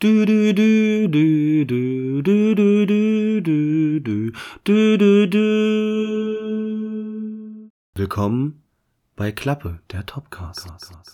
Du, du, du, du, du, du, du, du, du, du, du, du, du. Willkommen bei Klappe, der Topcast.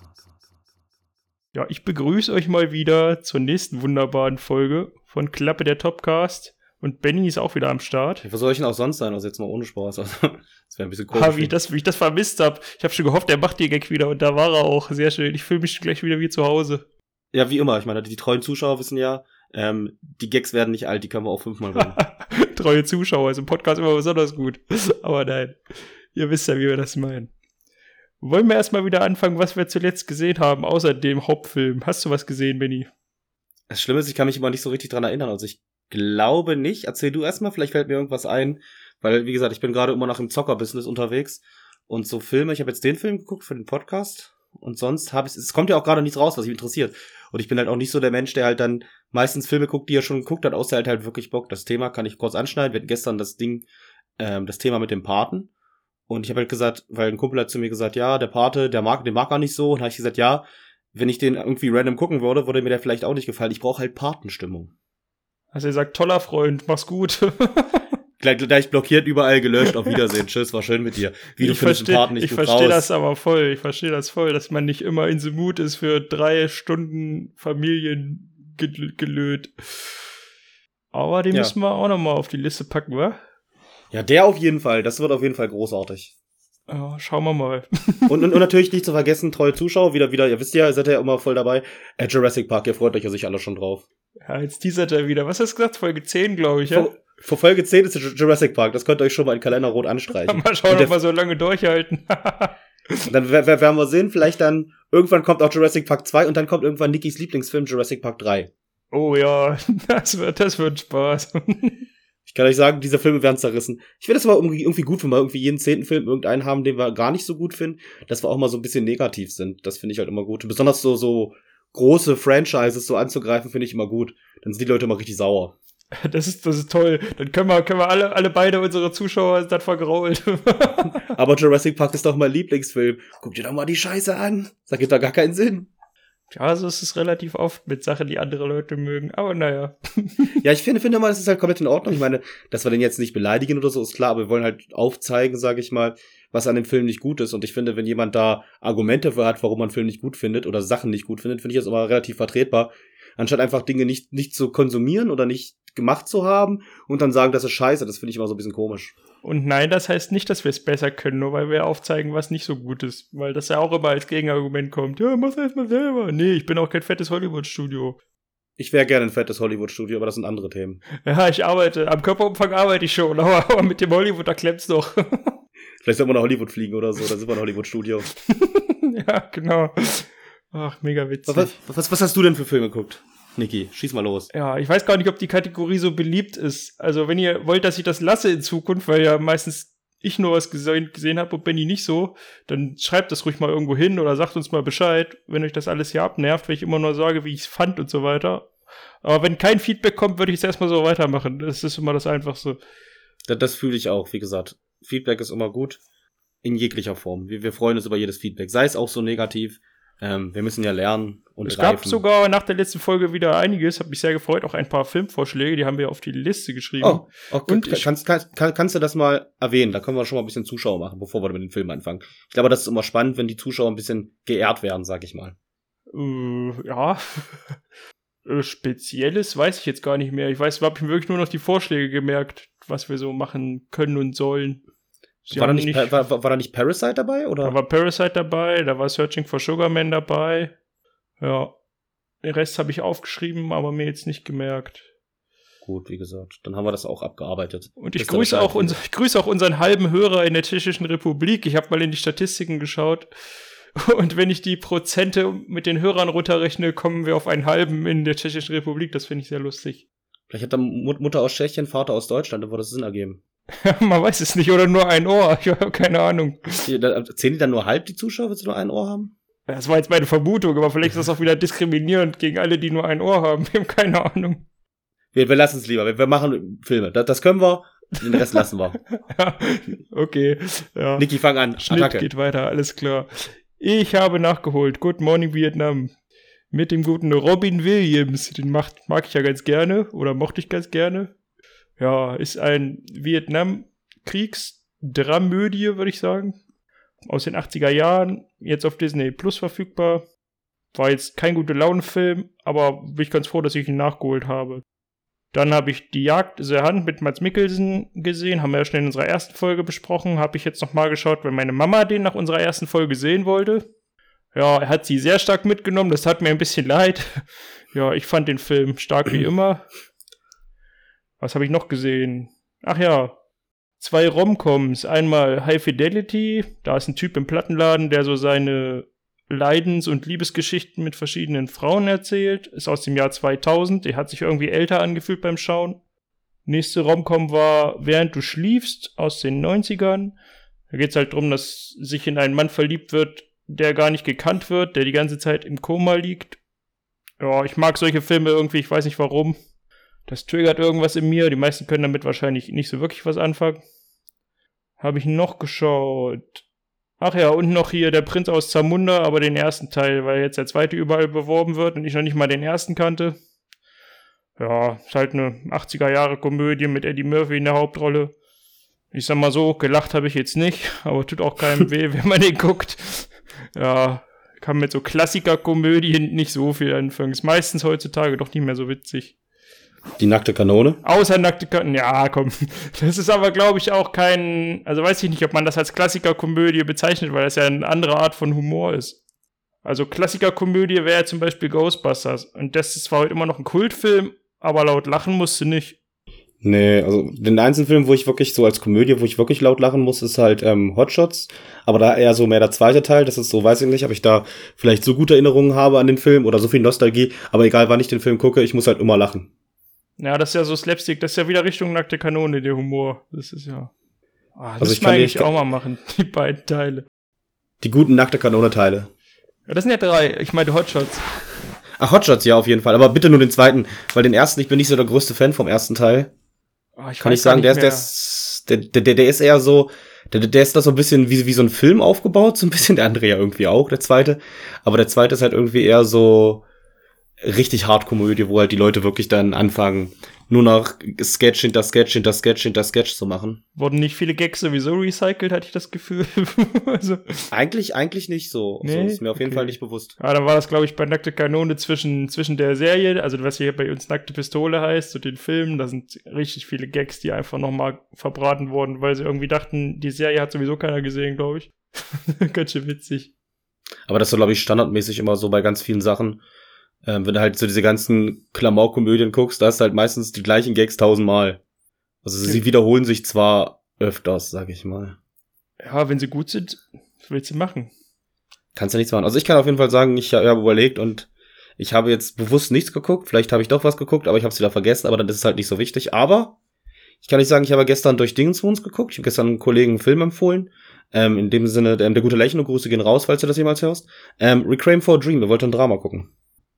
Ja, ich begrüße euch mal wieder zur nächsten wunderbaren Folge von Klappe, der Topcast. Und Benny ist auch wieder am Start. Ja, was soll ich denn auch sonst sein, also jetzt mal ohne Spaß. Also, das wäre ein bisschen komisch. Wie ich das vermisst habe. Ich habe schon gehofft, er macht den Gag wieder und da war er auch. Sehr schön. Ich fühle mich gleich wieder wie zu Hause. Ja, wie immer. Ich meine, die treuen Zuschauer wissen ja, die Gags werden nicht alt, die können wir auch 5-mal bringen. Treue Zuschauer ist im Podcast immer besonders gut. Aber nein, ihr wisst ja, wie wir das meinen. Wollen wir erstmal wieder anfangen, was wir zuletzt gesehen haben, außer dem Hauptfilm. Hast du was gesehen, Benny? Das Schlimme ist, ich kann mich immer nicht so richtig dran erinnern. Also ich glaube nicht. Erzähl du erstmal, vielleicht fällt mir irgendwas ein. Weil, wie gesagt, ich bin gerade immer noch im Zocker-Business unterwegs. Und so Filme, ich habe jetzt den Film geguckt für den Podcast. Und sonst es kommt ja auch gerade nichts raus, was mich interessiert. Und ich bin halt auch nicht so der Mensch, der halt dann meistens Filme guckt, die er schon geguckt hat, außer halt wirklich Bock. Das Thema kann ich kurz anschneiden. Wir hatten gestern das Thema mit dem Paten. Und ich habe halt gesagt, weil ein Kumpel hat zu mir gesagt, ja, der Pate, den mag er nicht so. Und habe ich gesagt, ja, wenn ich den irgendwie random gucken würde mir der vielleicht auch nicht gefallen. Ich brauche halt Patenstimmung. Also er sagt, toller Freund, mach's gut. Gleich blockiert, überall gelöscht, auf Wiedersehen. Tschüss, war schön mit dir. Wie du findest den Paten nicht gut raus. Ich verstehe das aber voll. Ich verstehe das voll, dass man nicht immer in the mood ist für 3 Stunden Familiengelöt. Aber den müssen wir auch nochmal auf die Liste packen, wa? Ja, der auf jeden Fall. Das wird auf jeden Fall großartig. Ja, schauen wir mal. und natürlich nicht zu vergessen, treue Zuschauer, wieder, ihr wisst ja, ihr seid ja immer voll dabei. Jurassic Park, ihr freut euch ja sicher alle schon drauf. Ja, jetzt teasert er wieder. Was hast du gesagt? Folge 10, glaube ich, ja? Vor Folge 10 ist Jurassic Park. Das könnt ihr euch schon mal in den Kalender rot anstreichen. Mal schauen, ob wir so lange durchhalten. Und dann werden wir sehen, vielleicht dann, irgendwann kommt auch Jurassic Park 2 und dann kommt irgendwann Nikis Lieblingsfilm Jurassic Park 3. Oh ja, das wird Spaß. Ich kann euch sagen, diese Filme werden zerrissen. Ich finde das aber irgendwie gut, wenn wir irgendwie jeden 10. Film irgendeinen haben, den wir gar nicht so gut finden, dass wir auch mal so ein bisschen negativ sind. Das finde ich halt immer gut. Und besonders so große Franchises so anzugreifen, finde ich immer gut. Dann sind die Leute immer richtig sauer. Das ist toll. Dann können wir alle beide unsere Zuschauer dann vergrault. Aber Jurassic Park ist doch mein Lieblingsfilm. Guck dir doch mal die Scheiße an. Das gibt doch gar keinen Sinn. Ja, so ist es relativ oft mit Sachen, die andere Leute mögen. Aber naja. Ja, ich finde mal, das ist halt komplett in Ordnung. Ich meine, dass wir den jetzt nicht beleidigen oder so, ist klar. Aber wir wollen halt aufzeigen, sage ich mal, was an dem Film nicht gut ist. Und ich finde, wenn jemand da Argumente für hat, warum man einen Film nicht gut findet oder Sachen nicht gut findet, finde ich das immer relativ vertretbar. Anstatt einfach Dinge nicht zu konsumieren oder nicht gemacht zu haben und dann sagen, das ist scheiße. Das finde ich immer so ein bisschen komisch. Und nein, das heißt nicht, dass wir es besser können, nur weil wir aufzeigen, was nicht so gut ist. Weil das ja auch immer als Gegenargument kommt. Ja, mach's erst mal selber. Nee, ich bin auch kein fettes Hollywood-Studio. Ich wäre gerne ein fettes Hollywood-Studio, aber das sind andere Themen. Ja, am Körperumfang arbeite ich schon, aber mit dem Hollywood, da klemmt's doch. Vielleicht soll man nach Hollywood fliegen oder so, da sind wir ein Hollywood-Studio. Ja, genau. Ach, mega witzig. Was hast du denn für Filme geguckt? Niki, schieß mal los. Ja, ich weiß gar nicht, ob die Kategorie so beliebt ist. Also, wenn ihr wollt, dass ich das lasse in Zukunft, weil ja meistens ich nur was gesehen habe und Benny nicht so, dann schreibt das ruhig mal irgendwo hin oder sagt uns mal Bescheid, wenn euch das alles hier abnervt, weil ich immer nur sage, wie ich es fand und so weiter. Aber wenn kein Feedback kommt, würde ich es erstmal so weitermachen. Das ist immer das Einfachste. Das fühle ich auch, wie gesagt. Feedback ist immer gut. In jeglicher Form. Wir freuen uns über jedes Feedback. Sei es auch so negativ. Wir müssen ja lernen und es reifen. Gab sogar nach der letzten Folge wieder einiges, hat mich sehr gefreut, auch ein paar Filmvorschläge, die haben wir auf die Liste geschrieben. Oh, okay. Und kannst du das mal erwähnen? Da können wir schon mal ein bisschen Zuschauer machen, bevor wir mit dem Film anfangen. Ich glaube, das ist immer spannend, wenn die Zuschauer ein bisschen geehrt werden, sag ich mal. Ja. Spezielles weiß ich jetzt gar nicht mehr. Ich weiß, habe ich mir wirklich nur noch die Vorschläge gemerkt, was wir so machen können und sollen. War da nicht Parasite dabei? Oder? Da war Parasite dabei, da war Searching for Sugar Man dabei. Ja. Den Rest habe ich aufgeschrieben, aber mir jetzt nicht gemerkt. Gut, wie gesagt, dann haben wir das auch abgearbeitet. Und ich grüße auch unseren halben Hörer in der Tschechischen Republik. Ich habe mal in die Statistiken geschaut. Und wenn ich die Prozente mit den Hörern runterrechne, kommen wir auf einen halben in der Tschechischen Republik. Das finde ich sehr lustig. Vielleicht hat da Mutter aus Tschechien, Vater aus Deutschland, da würde das Sinn ergeben. Man weiß es nicht, oder nur ein Ohr. Ich habe keine Ahnung. Zählen die dann nur halb, die Zuschauer, wenn sie nur ein Ohr haben? Das war jetzt meine Vermutung, aber vielleicht ist das auch wieder diskriminierend gegen alle, die nur ein Ohr haben. Wir haben keine Ahnung. Wir lassen es lieber. Wir machen Filme. Das können wir. Den Rest lassen wir. Ja, okay. Ja. Niki, fang an. Schnitt Attacke. Geht weiter, alles klar. Ich habe nachgeholt. Good Morning Vietnam. Mit dem guten Robin Williams. Den mag ich ja ganz gerne oder mochte ich ganz gerne. Ja, ist ein Vietnamkriegsdramödie, würde ich sagen. Aus den 80er Jahren. Jetzt auf Disney Plus verfügbar. War jetzt kein guter Launenfilm, aber bin ich ganz froh, dass ich ihn nachgeholt habe. Dann habe ich Die Jagd der Hand mit Mads Mikkelsen gesehen. Haben wir ja schon in unserer ersten Folge besprochen. Habe ich jetzt nochmal geschaut, weil meine Mama den nach unserer ersten Folge sehen wollte. Ja, er hat sie sehr stark mitgenommen. Das tat mir ein bisschen leid. Ja, ich fand den Film stark wie immer. Was habe ich noch gesehen? Ach ja, 2 Romcoms. Einmal High Fidelity. Da ist ein Typ im Plattenladen, der so seine Leidens- und Liebesgeschichten mit verschiedenen Frauen erzählt. Ist aus dem Jahr 2000. Der hat sich irgendwie älter angefühlt beim Schauen. Nächste Romcom war Während du schliefst aus den 90ern. Da geht es halt darum, dass sich in einen Mann verliebt wird, der gar nicht gekannt wird, der die ganze Zeit im Koma liegt. Ja, ich mag solche Filme irgendwie, ich weiß nicht warum. Das triggert irgendwas in mir. Die meisten können damit wahrscheinlich nicht so wirklich was anfangen. Habe ich noch geschaut. Ach ja, und noch hier Der Prinz aus Zamunda, aber den ersten Teil, weil jetzt der zweite überall beworben wird und ich noch nicht mal den ersten kannte. Ja, ist halt eine 80er-Jahre-Komödie mit Eddie Murphy in der Hauptrolle. Ich sag mal so, gelacht habe ich jetzt nicht, aber tut auch keinem weh, wenn man den guckt. Ja, kann mit so Klassiker-Komödien nicht so viel anfangen. Ist meistens heutzutage doch nicht mehr so witzig. Die nackte Kanone? Außer nackte Kanone, ja, komm. Das ist aber, glaube ich, auch kein, also weiß ich nicht, ob man das als Klassiker-Komödie bezeichnet, weil das ja eine andere Art von Humor ist. Also Klassiker-Komödie wäre ja zum Beispiel Ghostbusters. Und das ist zwar heute immer noch ein Kultfilm, aber laut lachen musste nicht. Nee, also den einzigen Film, wo ich wirklich so als Komödie, wo ich wirklich laut lachen muss, ist halt Hot Shots. Aber da eher so mehr der zweite Teil. Das ist so, weiß ich nicht, ob ich da vielleicht so gute Erinnerungen habe an den Film oder so viel Nostalgie. Aber egal, wann ich den Film gucke, ich muss halt immer lachen. Ja, das ist ja so Slapstick. Das ist ja wieder Richtung nackte Kanone, der Humor. Das ist ja... Das also müssen wir eigentlich auch mal machen, die beiden Teile. Die guten nackte Kanone-Teile. Ja, das sind ja 3. Ich meine Hot Shots. Ach, Hot Shots, ja, auf jeden Fall. Aber bitte nur den zweiten. Weil den ersten, ich bin nicht so der größte Fan vom ersten Teil. Kann ich sagen, der ist eher so, der ist da so ein bisschen wie so ein Film aufgebaut, so ein bisschen, der andere ja irgendwie auch, der zweite. Aber der zweite ist halt irgendwie eher so richtig Hardkomödie, wo halt die Leute wirklich dann anfangen, nur noch Sketch hinter Sketch hinter Sketch hinter Sketch zu machen. Wurden nicht viele Gags sowieso recycelt, hatte ich das Gefühl. Also, eigentlich nicht so. Nee? So ist mir auf jeden Fall nicht bewusst. Ja, dann war das, glaube ich, bei Nackte Kanone zwischen der Serie, also was hier bei uns Nackte Pistole heißt, und den Filmen, da sind richtig viele Gags, die einfach nochmal verbraten wurden, weil sie irgendwie dachten, die Serie hat sowieso keiner gesehen, glaube ich. Ganz schön witzig. Aber das ist, glaube ich, standardmäßig immer so bei ganz vielen Sachen. Wenn du halt so diese ganzen Klamauk-Komödien guckst, da ist halt meistens die gleichen Gags 1000-mal. Also sie wiederholen sich zwar öfters, sag ich mal. Ja, wenn sie gut sind, was willst du machen? Kannst du nichts machen. Also ich kann auf jeden Fall sagen, ich habe überlegt und ich habe jetzt bewusst nichts geguckt. Vielleicht habe ich doch was geguckt, aber ich habe es wieder vergessen, aber dann ist es halt nicht so wichtig. Aber ich kann nicht sagen, ich habe gestern durch Dingenswohns geguckt. Ich habe gestern einem Kollegen einen Film empfohlen. In dem Sinne, der gute Lächeln und Grüße gehen raus, falls du das jemals hörst. Requiem for a Dream, wir wollten ein Drama gucken.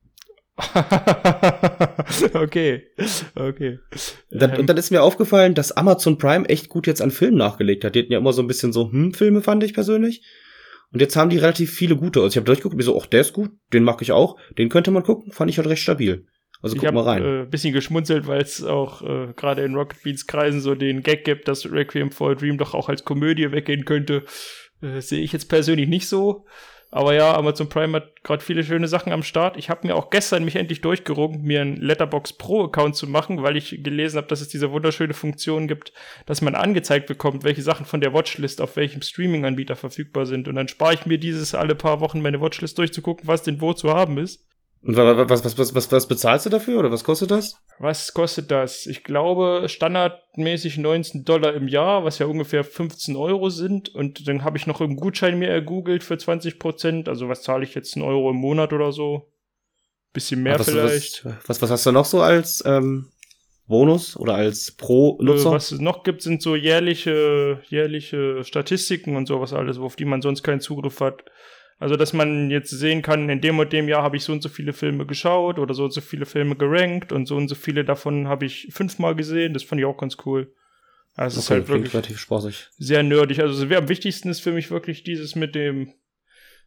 Okay. Und dann ist mir aufgefallen, dass Amazon Prime echt gut jetzt an Filmen nachgelegt hat. Die hatten ja immer so ein bisschen so, Filme fand ich persönlich. Und jetzt haben die relativ viele gute. Also ich habe durchgeguckt und mir so, der ist gut, den mag ich auch. Den könnte man gucken, fand ich halt recht stabil. Also guck mal rein. Ich habe ein bisschen geschmunzelt, weil es auch gerade in Rocket Beans Kreisen so den Gag gibt, dass Requiem for a Dream doch auch als Komödie weggehen könnte. Sehe ich jetzt persönlich nicht so. Aber ja, Amazon Prime hat gerade viele schöne Sachen am Start. Ich habe mir auch gestern mich endlich durchgerungen, mir einen Letterboxd Pro-Account zu machen, weil ich gelesen habe, dass es diese wunderschöne Funktion gibt, dass man angezeigt bekommt, welche Sachen von der Watchlist auf welchem Streaming-Anbieter verfügbar sind. Und dann spare ich mir alle paar Wochen meine Watchlist durchzugucken, was denn wo zu haben ist. Und was bezahlst du dafür oder was kostet das? Was kostet das? Ich glaube standardmäßig $19 im Jahr, was ja ungefähr 15 € sind. Und dann habe ich noch einen Gutschein mir ergoogelt für 20%. Also was zahle ich jetzt, €1 im Monat oder so? Bisschen mehr vielleicht. Was hast du noch so als Bonus oder als Pro-Nutzer? Was es noch gibt, sind so jährliche Statistiken und sowas alles, auf die man sonst keinen Zugriff hat. Also, dass man jetzt sehen kann, in dem und dem Jahr habe ich so und so viele Filme geschaut oder so und so viele Filme gerankt und so viele davon habe ich 5-mal gesehen. Das fand ich auch ganz cool. Also, es ist halt wirklich relativ spaßig. Sehr nerdig. Also, am wichtigsten ist für mich wirklich dieses mit dem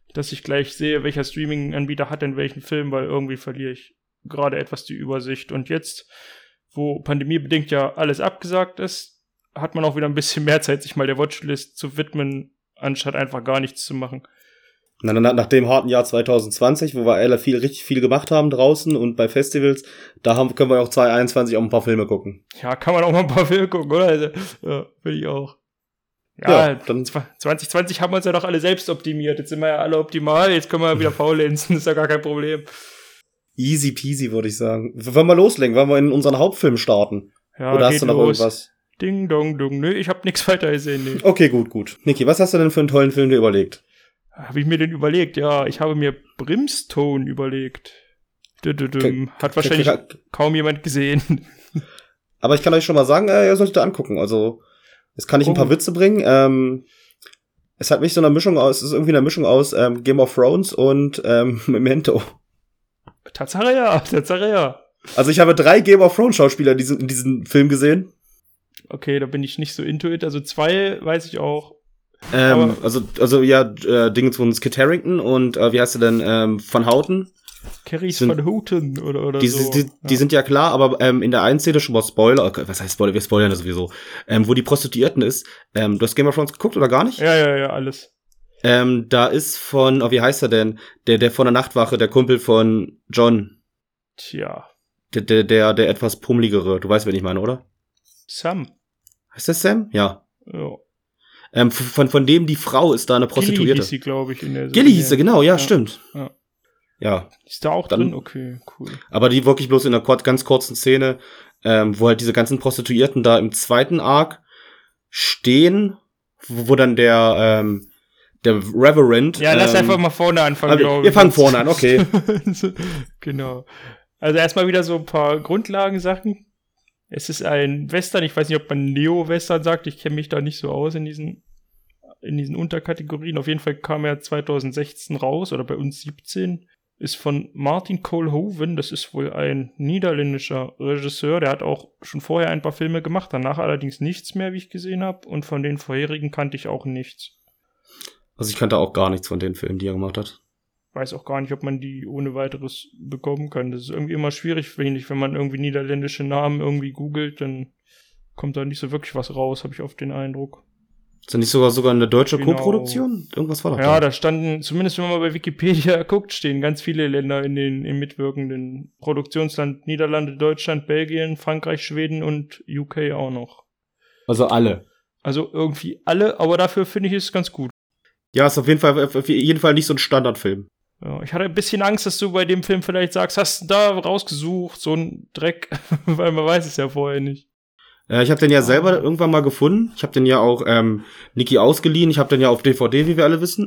dass ich gleich sehe, welcher Streaming-Anbieter hat denn welchen Film, weil irgendwie verliere ich gerade etwas die Übersicht. Und jetzt, wo pandemiebedingt ja alles abgesagt ist, hat man auch wieder ein bisschen mehr Zeit, sich mal der Watchlist zu widmen, anstatt einfach gar nichts zu machen. Nach dem harten Jahr 2020, wo wir alle richtig viel gemacht haben draußen und bei Festivals, können wir auch 2021 auch ein paar Filme gucken. Ja, kann man auch mal ein paar Filme gucken, oder? Also, ja, will ich auch. Ja, dann 2020 haben wir uns ja doch alle selbst optimiert. Jetzt sind wir ja alle optimal, jetzt können wir wieder faulenzen, ist ja gar kein Problem. Easy peasy, würde ich sagen. Wollen wir loslegen? Wollen wir in unseren Hauptfilm starten? Ja, oder hast du noch irgendwas? Ding, dong, dong. Nö, ich hab nichts weiter gesehen. Nee. Okay, gut. Niki, was hast du denn für einen tollen Film dir überlegt? Habe ich mir den überlegt? Ja, ich habe mir Brimstone überlegt. Hat wahrscheinlich kaum jemand gesehen. Aber ich kann euch schon mal sagen, ihr solltet angucken. Also, jetzt kann ich ein paar Witze bringen. Es hat mich so eine Mischung aus, es ist irgendwie eine Mischung aus Game of Thrones und Memento. Tatsache ja. Also ich habe 3 Game of Thrones Schauspieler in diesem Film gesehen. Okay, da bin ich nicht so into it. Also 2 weiß ich auch. Dingensbums Kit Harington und wie heißt du denn, Van Houten? Carries Van Houten oder die, so. Die sind ja klar, aber in der einen Szene schon mal Spoiler, was heißt Spoiler, wir spoilern das sowieso, wo die Prostituierten ist, du hast Game of Thrones geguckt oder gar nicht? Ja, alles. Da ist wie heißt er denn, der von der Nachtwache, der Kumpel von John. Tja. Der etwas pummeligere, du weißt, wen ich meine, oder? Sam. Heißt das Sam? Ja. Ja. Von dem die Frau ist da eine Prostituierte. Gilly hieß sie, glaube ich. Gilly hieß sie, genau, ja, stimmt. Ja. Ist da auch drin? Okay, cool. Aber die wirklich bloß in einer ganz kurzen Szene, wo halt diese ganzen Prostituierten da im zweiten Arc stehen, wo dann der Reverend... Ja, lass einfach mal vorne anfangen, glaube ich. Wir fangen vorne an, okay. Genau. Also erstmal wieder so ein paar Grundlagensachen. Es ist ein Western, ich weiß nicht, ob man Neo-Western sagt, ich kenne mich da nicht so aus in diesen Unterkategorien. Auf jeden Fall kam er 2016 raus, oder bei uns 17. Ist von Martin Koolhoven, das ist wohl ein niederländischer Regisseur, der hat auch schon vorher ein paar Filme gemacht, danach allerdings nichts mehr, wie ich gesehen habe, und von den vorherigen kannte ich auch nichts. Also ich kannte auch gar nichts von den Filmen, die er gemacht hat. Weiß auch gar nicht, ob man die ohne weiteres bekommen kann. Das ist irgendwie immer schwierig, finde ich, wenn man irgendwie niederländische Namen irgendwie googelt, dann kommt da nicht so wirklich was raus, habe ich oft den Eindruck. Ist das nicht sogar eine deutsche Koproduktion? Irgendwas war doch da. Ja, da standen, zumindest wenn man bei Wikipedia guckt, stehen ganz viele Länder im mitwirkenden Produktionsland. Niederlande, Deutschland, Belgien, Frankreich, Schweden und UK auch noch. Also alle? Also irgendwie alle, aber dafür finde ich es ganz gut. Ja, ist auf jeden Fall nicht so ein Standardfilm. Ja, ich hatte ein bisschen Angst, dass du bei dem Film vielleicht sagst, hast du da rausgesucht, so ein Dreck, weil man weiß es ja vorher nicht. Ich habe den ja selber irgendwann mal gefunden. Ich habe den ja auch Niki ausgeliehen. Ich habe den ja auf DVD, wie wir alle wissen.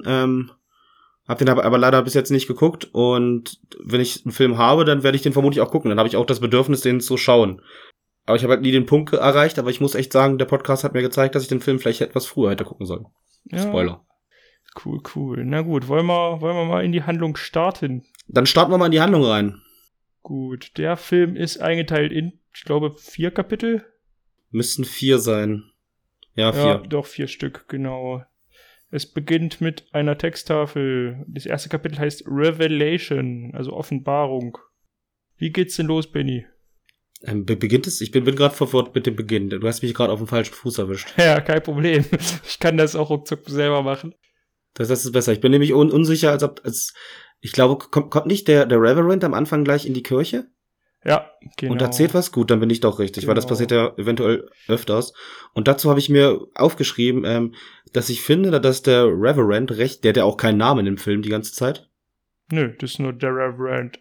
Hab den aber leider bis jetzt nicht geguckt. Und wenn ich einen Film habe, dann werde ich den vermutlich auch gucken. Dann habe ich auch das Bedürfnis, den zu schauen. Aber ich habe halt nie den Punkt erreicht. Aber ich muss echt sagen, der Podcast hat mir gezeigt, dass ich den Film vielleicht etwas früher hätte gucken sollen. Ja. Spoiler. Cool. Na gut, wollen wir mal in die Handlung starten? Dann starten wir mal in die Handlung rein. Gut, der Film ist eingeteilt in, ich glaube, 4 Kapitel. Müssten 4 sein. Ja, 4. Ja, doch 4 Stück, genau. Es beginnt mit einer Texttafel. Das erste Kapitel heißt Revelation, also Offenbarung. Wie geht's denn los, Benny? Beginnt es? Ich bin gerade verwirrt mit dem Beginn. Du hast mich gerade auf dem falschen Fuß erwischt. Ja, kein Problem. Ich kann das auch ruckzuck selber machen. Das ist besser. Ich bin nämlich unsicher, ich glaube, kommt nicht der Reverend am Anfang gleich in die Kirche? Ja, genau. Und erzählt was? Gut, dann bin ich doch richtig, weil das passiert ja eventuell öfters. Und dazu habe ich mir aufgeschrieben, dass ich finde, dass der Reverend der hat ja auch keinen Namen im Film die ganze Zeit. Nö, das ist nur der Reverend.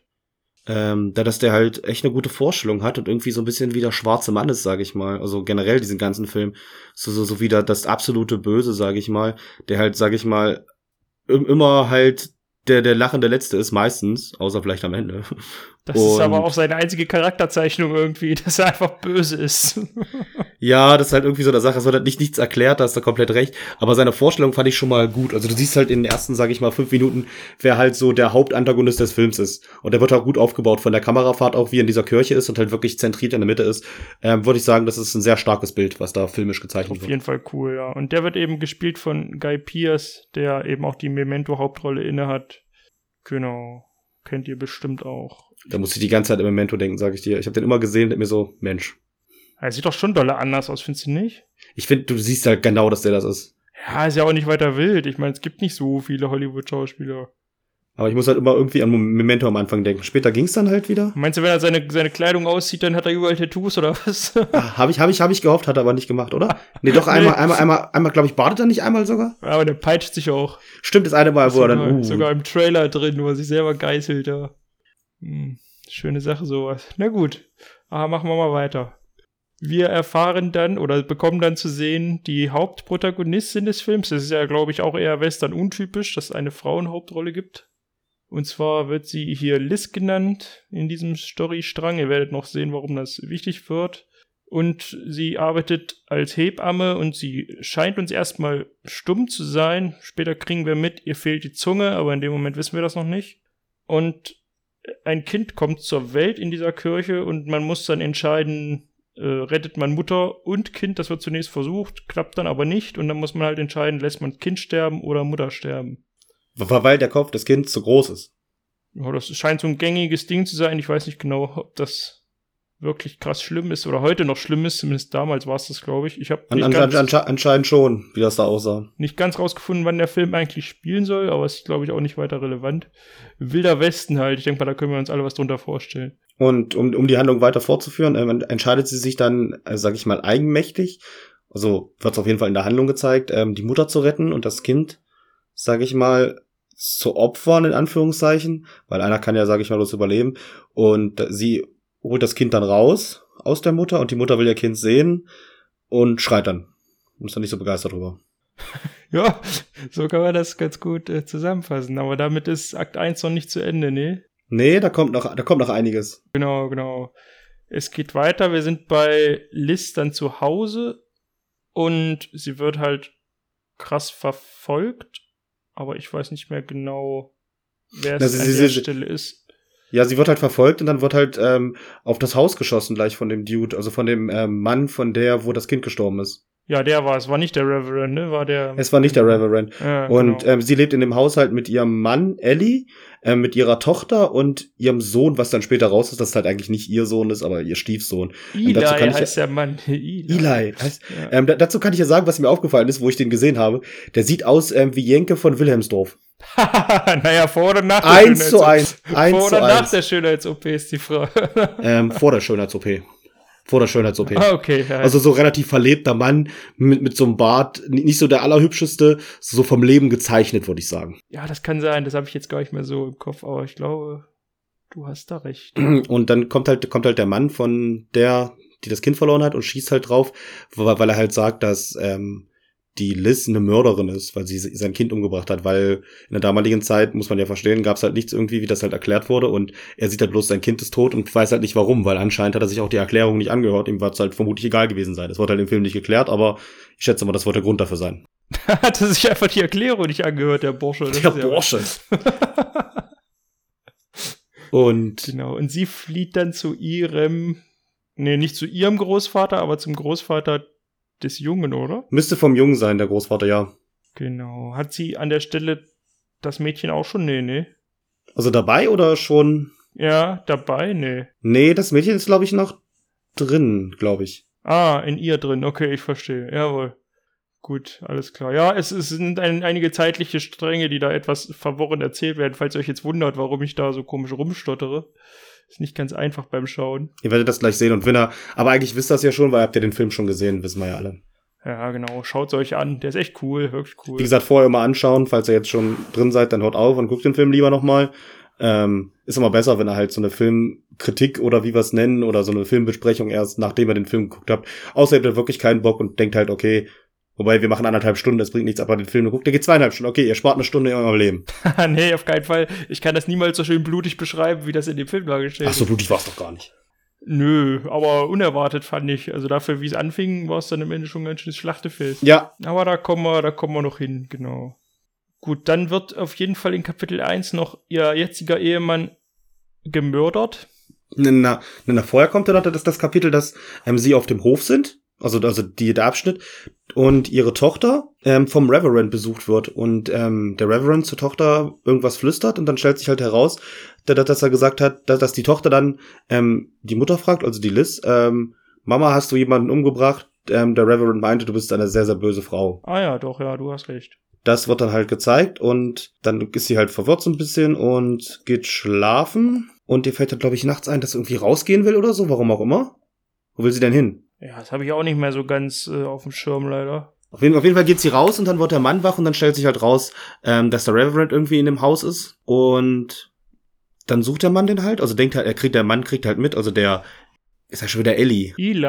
Dass der halt echt eine gute Vorstellung hat und irgendwie so ein bisschen wie der schwarze Mann ist, sage ich mal. Also generell diesen ganzen Film. So wie das absolute Böse, sage ich mal. Der halt, sage ich mal, immer halt der lachende Letzte ist meistens, außer vielleicht am Ende. Das ist aber auch seine einzige Charakterzeichnung irgendwie, dass er einfach böse ist. Ja, das ist halt irgendwie so eine Sache, es wird halt nichts erklärt, da ist er komplett recht, aber seine Vorstellung fand ich schon mal gut. Also du siehst halt in den ersten, sag ich mal, 5 Minuten, wer halt so der Hauptantagonist des Films ist. Und der wird auch gut aufgebaut von der Kamerafahrt auch, wie er in dieser Kirche ist und halt wirklich zentriert in der Mitte ist. Würde ich sagen, das ist ein sehr starkes Bild, was da filmisch gezeichnet wird. Auf jeden Fall cool, ja. Und der wird eben gespielt von Guy Pearce, der eben auch die Memento-Hauptrolle innehat. Genau. Kennt ihr bestimmt auch. Da muss ich die ganze Zeit im Memento denken, sag ich dir. Ich habe den immer gesehen und mir so, Mensch. Er sieht doch schon dolle anders aus, findest du nicht? Ich finde, du siehst halt genau, dass der das ist. Ja, ist ja auch nicht weiter wild. Ich meine, es gibt nicht so viele Hollywood-Schauspieler. Aber ich muss halt immer irgendwie an Memento am Anfang denken. Später ging's dann halt wieder. Meinst du, wenn er seine Kleidung auszieht, dann hat er überall Tattoos oder was? Hab ich gehofft, hat er aber nicht gemacht, oder? Nee, doch einmal, glaube ich, badet er nicht einmal sogar? Ja, aber der peitscht sich auch. Stimmt, das eine Mal, wo er dann, sogar im Trailer drin, wo er sich selber geißelt, ja. Schöne Sache, sowas. Na gut. Machen wir mal weiter. Wir erfahren dann oder bekommen dann zu sehen, die Hauptprotagonistin des Films. Das ist ja, glaube ich, auch eher Western untypisch, dass es eine Frauenhauptrolle gibt. Und zwar wird sie hier Liz genannt in diesem Storystrang. Ihr werdet noch sehen, warum das wichtig wird. Und sie arbeitet als Hebamme und sie scheint uns erstmal stumm zu sein. Später kriegen wir mit, ihr fehlt die Zunge, aber in dem Moment wissen wir das noch nicht. Und ein Kind kommt zur Welt in dieser Kirche und man muss dann entscheiden, rettet man Mutter und Kind. Das wird zunächst versucht, klappt dann aber nicht. Und dann muss man halt entscheiden, lässt man Kind sterben oder Mutter sterben. Weil der Kopf des Kindes zu groß ist. Ja, das scheint so ein gängiges Ding zu sein. Ich weiß nicht genau, ob das wirklich krass schlimm ist oder heute noch schlimm ist. Zumindest damals war es das, glaube ich. Ich habe anscheinend schon, wie das da aussah. Nicht ganz rausgefunden, wann der Film eigentlich spielen soll, aber es ist, glaube ich, auch nicht weiter relevant. Wilder Westen halt. Ich denke mal, da können wir uns alle was drunter vorstellen. Und um die Handlung weiter fortzuführen, entscheidet sie sich dann, sag ich mal, eigenmächtig, also wird es auf jeden Fall in der Handlung gezeigt, die Mutter zu retten und das Kind, sag ich mal, zu opfern, in Anführungszeichen, weil einer kann ja, sag ich mal, bloß überleben. Und sie holt das Kind dann raus aus der Mutter und die Mutter will ihr Kind sehen und schreit dann. Und ist dann nicht so begeistert drüber. Ja, so kann man das ganz gut zusammenfassen. Aber damit ist Akt 1 noch nicht zu Ende, ne? Nee, da kommt noch einiges. Genau. Es geht weiter. Wir sind bei Liz dann zu Hause und sie wird halt krass verfolgt. Aber ich weiß nicht mehr genau, wer es an der Stelle ist. Ja, sie wird halt verfolgt und dann wird halt auf das Haus geschossen gleich von dem Dude, also von dem Mann wo das Kind gestorben ist. Ja, es war nicht der Reverend, ne? Es war nicht der Reverend. Ja, und genau. Sie lebt in dem Haushalt mit ihrem Mann, Ellie, mit ihrer Tochter und ihrem Sohn, was dann später raus ist, dass es halt eigentlich nicht ihr Sohn ist, aber ihr Stiefsohn. Eli heißt der Mann. Eli heißt, ja. Dazu kann ich ja sagen, was mir aufgefallen ist, wo ich den gesehen habe. Der sieht aus wie Jenke von Wilhelmsdorf. Naja, vor oder nach der 1:1. Vor oder nach der Schönheits-OP ist die Frage. Vor der Schönheits-OP. Vor der Schönheits-OP. Ah, okay. Ja. Also so relativ verlebter Mann mit so einem Bart, nicht so der allerhübscheste, so vom Leben gezeichnet, würde ich sagen. Ja, das kann sein, das habe ich jetzt gar nicht mehr so im Kopf, aber ich glaube, du hast da recht. Und dann kommt halt der Mann von der, die das Kind verloren hat und schießt halt drauf, weil er halt sagt, dass die Liz eine Mörderin ist, weil sie sein Kind umgebracht hat, weil in der damaligen Zeit, muss man ja verstehen, gab es halt nichts irgendwie, wie das halt erklärt wurde und er sieht halt bloß, sein Kind ist tot und weiß halt nicht warum, weil anscheinend hat er sich auch die Erklärung nicht angehört, ihm wird es halt vermutlich egal gewesen sein. Das wird halt im Film nicht geklärt, aber ich schätze mal, das wird der Grund dafür sein. Hat er sich einfach die Erklärung nicht angehört, der Bursche. Bursche. Und genau, und sie flieht dann zu nicht zu ihrem Großvater, aber zum Großvater des Jungen, oder? Müsste vom Jungen sein, der Großvater, ja. Genau. Hat sie an der Stelle das Mädchen auch schon? Nee. Also dabei oder schon? Ja, dabei? Nee. Nee, das Mädchen ist, glaube ich, noch drin, glaube ich. Ah, in ihr drin. Okay, ich verstehe. Jawohl. Gut, alles klar. Ja, es sind einige zeitliche Stränge, die da etwas verworren erzählt werden, falls ihr euch jetzt wundert, warum ich da so komisch rumstottere. Ist nicht ganz einfach beim Schauen. Ihr werdet das gleich sehen und aber eigentlich wisst ihr das ja schon, weil habt ihr den Film schon gesehen, wissen wir ja alle. Ja, genau. Schaut es euch an. Der ist echt cool, wirklich cool. Wie gesagt, vorher immer anschauen. Falls ihr jetzt schon drin seid, dann hört auf und guckt den Film lieber nochmal. Ist immer besser, wenn ihr halt so eine Filmkritik oder wie wir es nennen oder so eine Filmbesprechung erst, nachdem ihr den Film geguckt habt. Außer ihr habt wirklich keinen Bock und denkt halt, okay, wobei wir machen 1,5 Stunden, das bringt nichts, aber den Film geguckt, der geht 2,5 Stunden. Okay, ihr spart 1 Stunde in eurem Leben. Nee, auf keinen Fall. Ich kann das niemals so schön blutig beschreiben, wie das in dem Film dargestellt ist. Ach so, blutig war es doch gar nicht. Nö, aber unerwartet fand ich. Also dafür, wie es anfing, war es dann am Ende schon ein ganz schönes Schlachtefeld. Ja. Aber da kommen wir noch hin, genau. Gut, dann wird auf jeden Fall in Kapitel 1 noch ihr jetziger Ehemann gemördert. Vorher kommt dann noch das Kapitel, dass sie auf dem Hof sind, also der Abschnitt, und ihre Tochter vom Reverend besucht wird. Und der Reverend zur Tochter irgendwas flüstert und dann stellt sich halt heraus, dass er gesagt hat, dass die Tochter dann die Mutter fragt, also die Liz, Mama, hast du jemanden umgebracht? Der Reverend meinte, du bist eine sehr, sehr böse Frau. Ah ja, doch, ja, du hast recht. Das wird dann halt gezeigt und dann ist sie halt verwirrt so ein bisschen und geht schlafen. Und ihr fällt dann, glaube ich, nachts ein, dass sie irgendwie rausgehen will oder so, warum auch immer. Wo will sie denn hin? Ja, das habe ich auch nicht mehr so ganz auf dem Schirm, leider. Auf jeden Fall geht sie raus und dann wird der Mann wach und dann stellt sich halt raus, dass der Reverend irgendwie in dem Haus ist. Und dann sucht der Mann den halt, also denkt halt, der Mann kriegt halt mit, also der ist ja schon wieder Eli,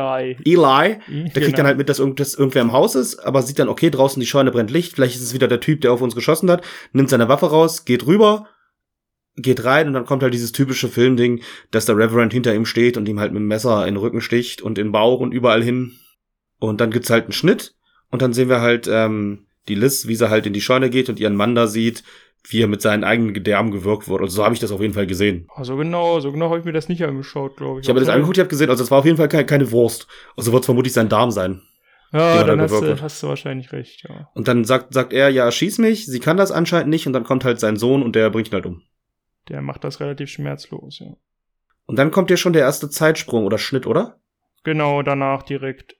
der kriegt dann halt mit, dass irgendwer im Haus ist, aber sieht dann, okay, draußen die Scheune brennt Licht, vielleicht ist es wieder der Typ, der auf uns geschossen hat, nimmt seine Waffe raus, geht rüber, geht rein und dann kommt halt dieses typische Filmding, dass der Reverend hinter ihm steht und ihm halt mit dem Messer in den Rücken sticht und in den Bauch und überall hin. Und dann gibt's halt einen Schnitt und dann sehen wir halt die Liz, wie sie halt in die Scheune geht und ihren Mann da sieht, wie er mit seinen eigenen Gedärmen gewürgt wurde. Also so habe ich das auf jeden Fall gesehen. So genau habe ich mir das nicht angeschaut, glaube ich. Ich habe mir das angeguckt, ich habe gesehen, also es war auf jeden Fall keine Wurst. Also wird es vermutlich sein Darm sein. Ja, dann hast du wahrscheinlich recht, ja. Und dann sagt er, ja, schieß mich, sie kann das anscheinend nicht und dann kommt halt sein Sohn und der bringt ihn halt um. Der macht das relativ schmerzlos, ja. Und dann kommt ja schon der erste Zeitsprung oder Schnitt, oder? Genau, danach direkt.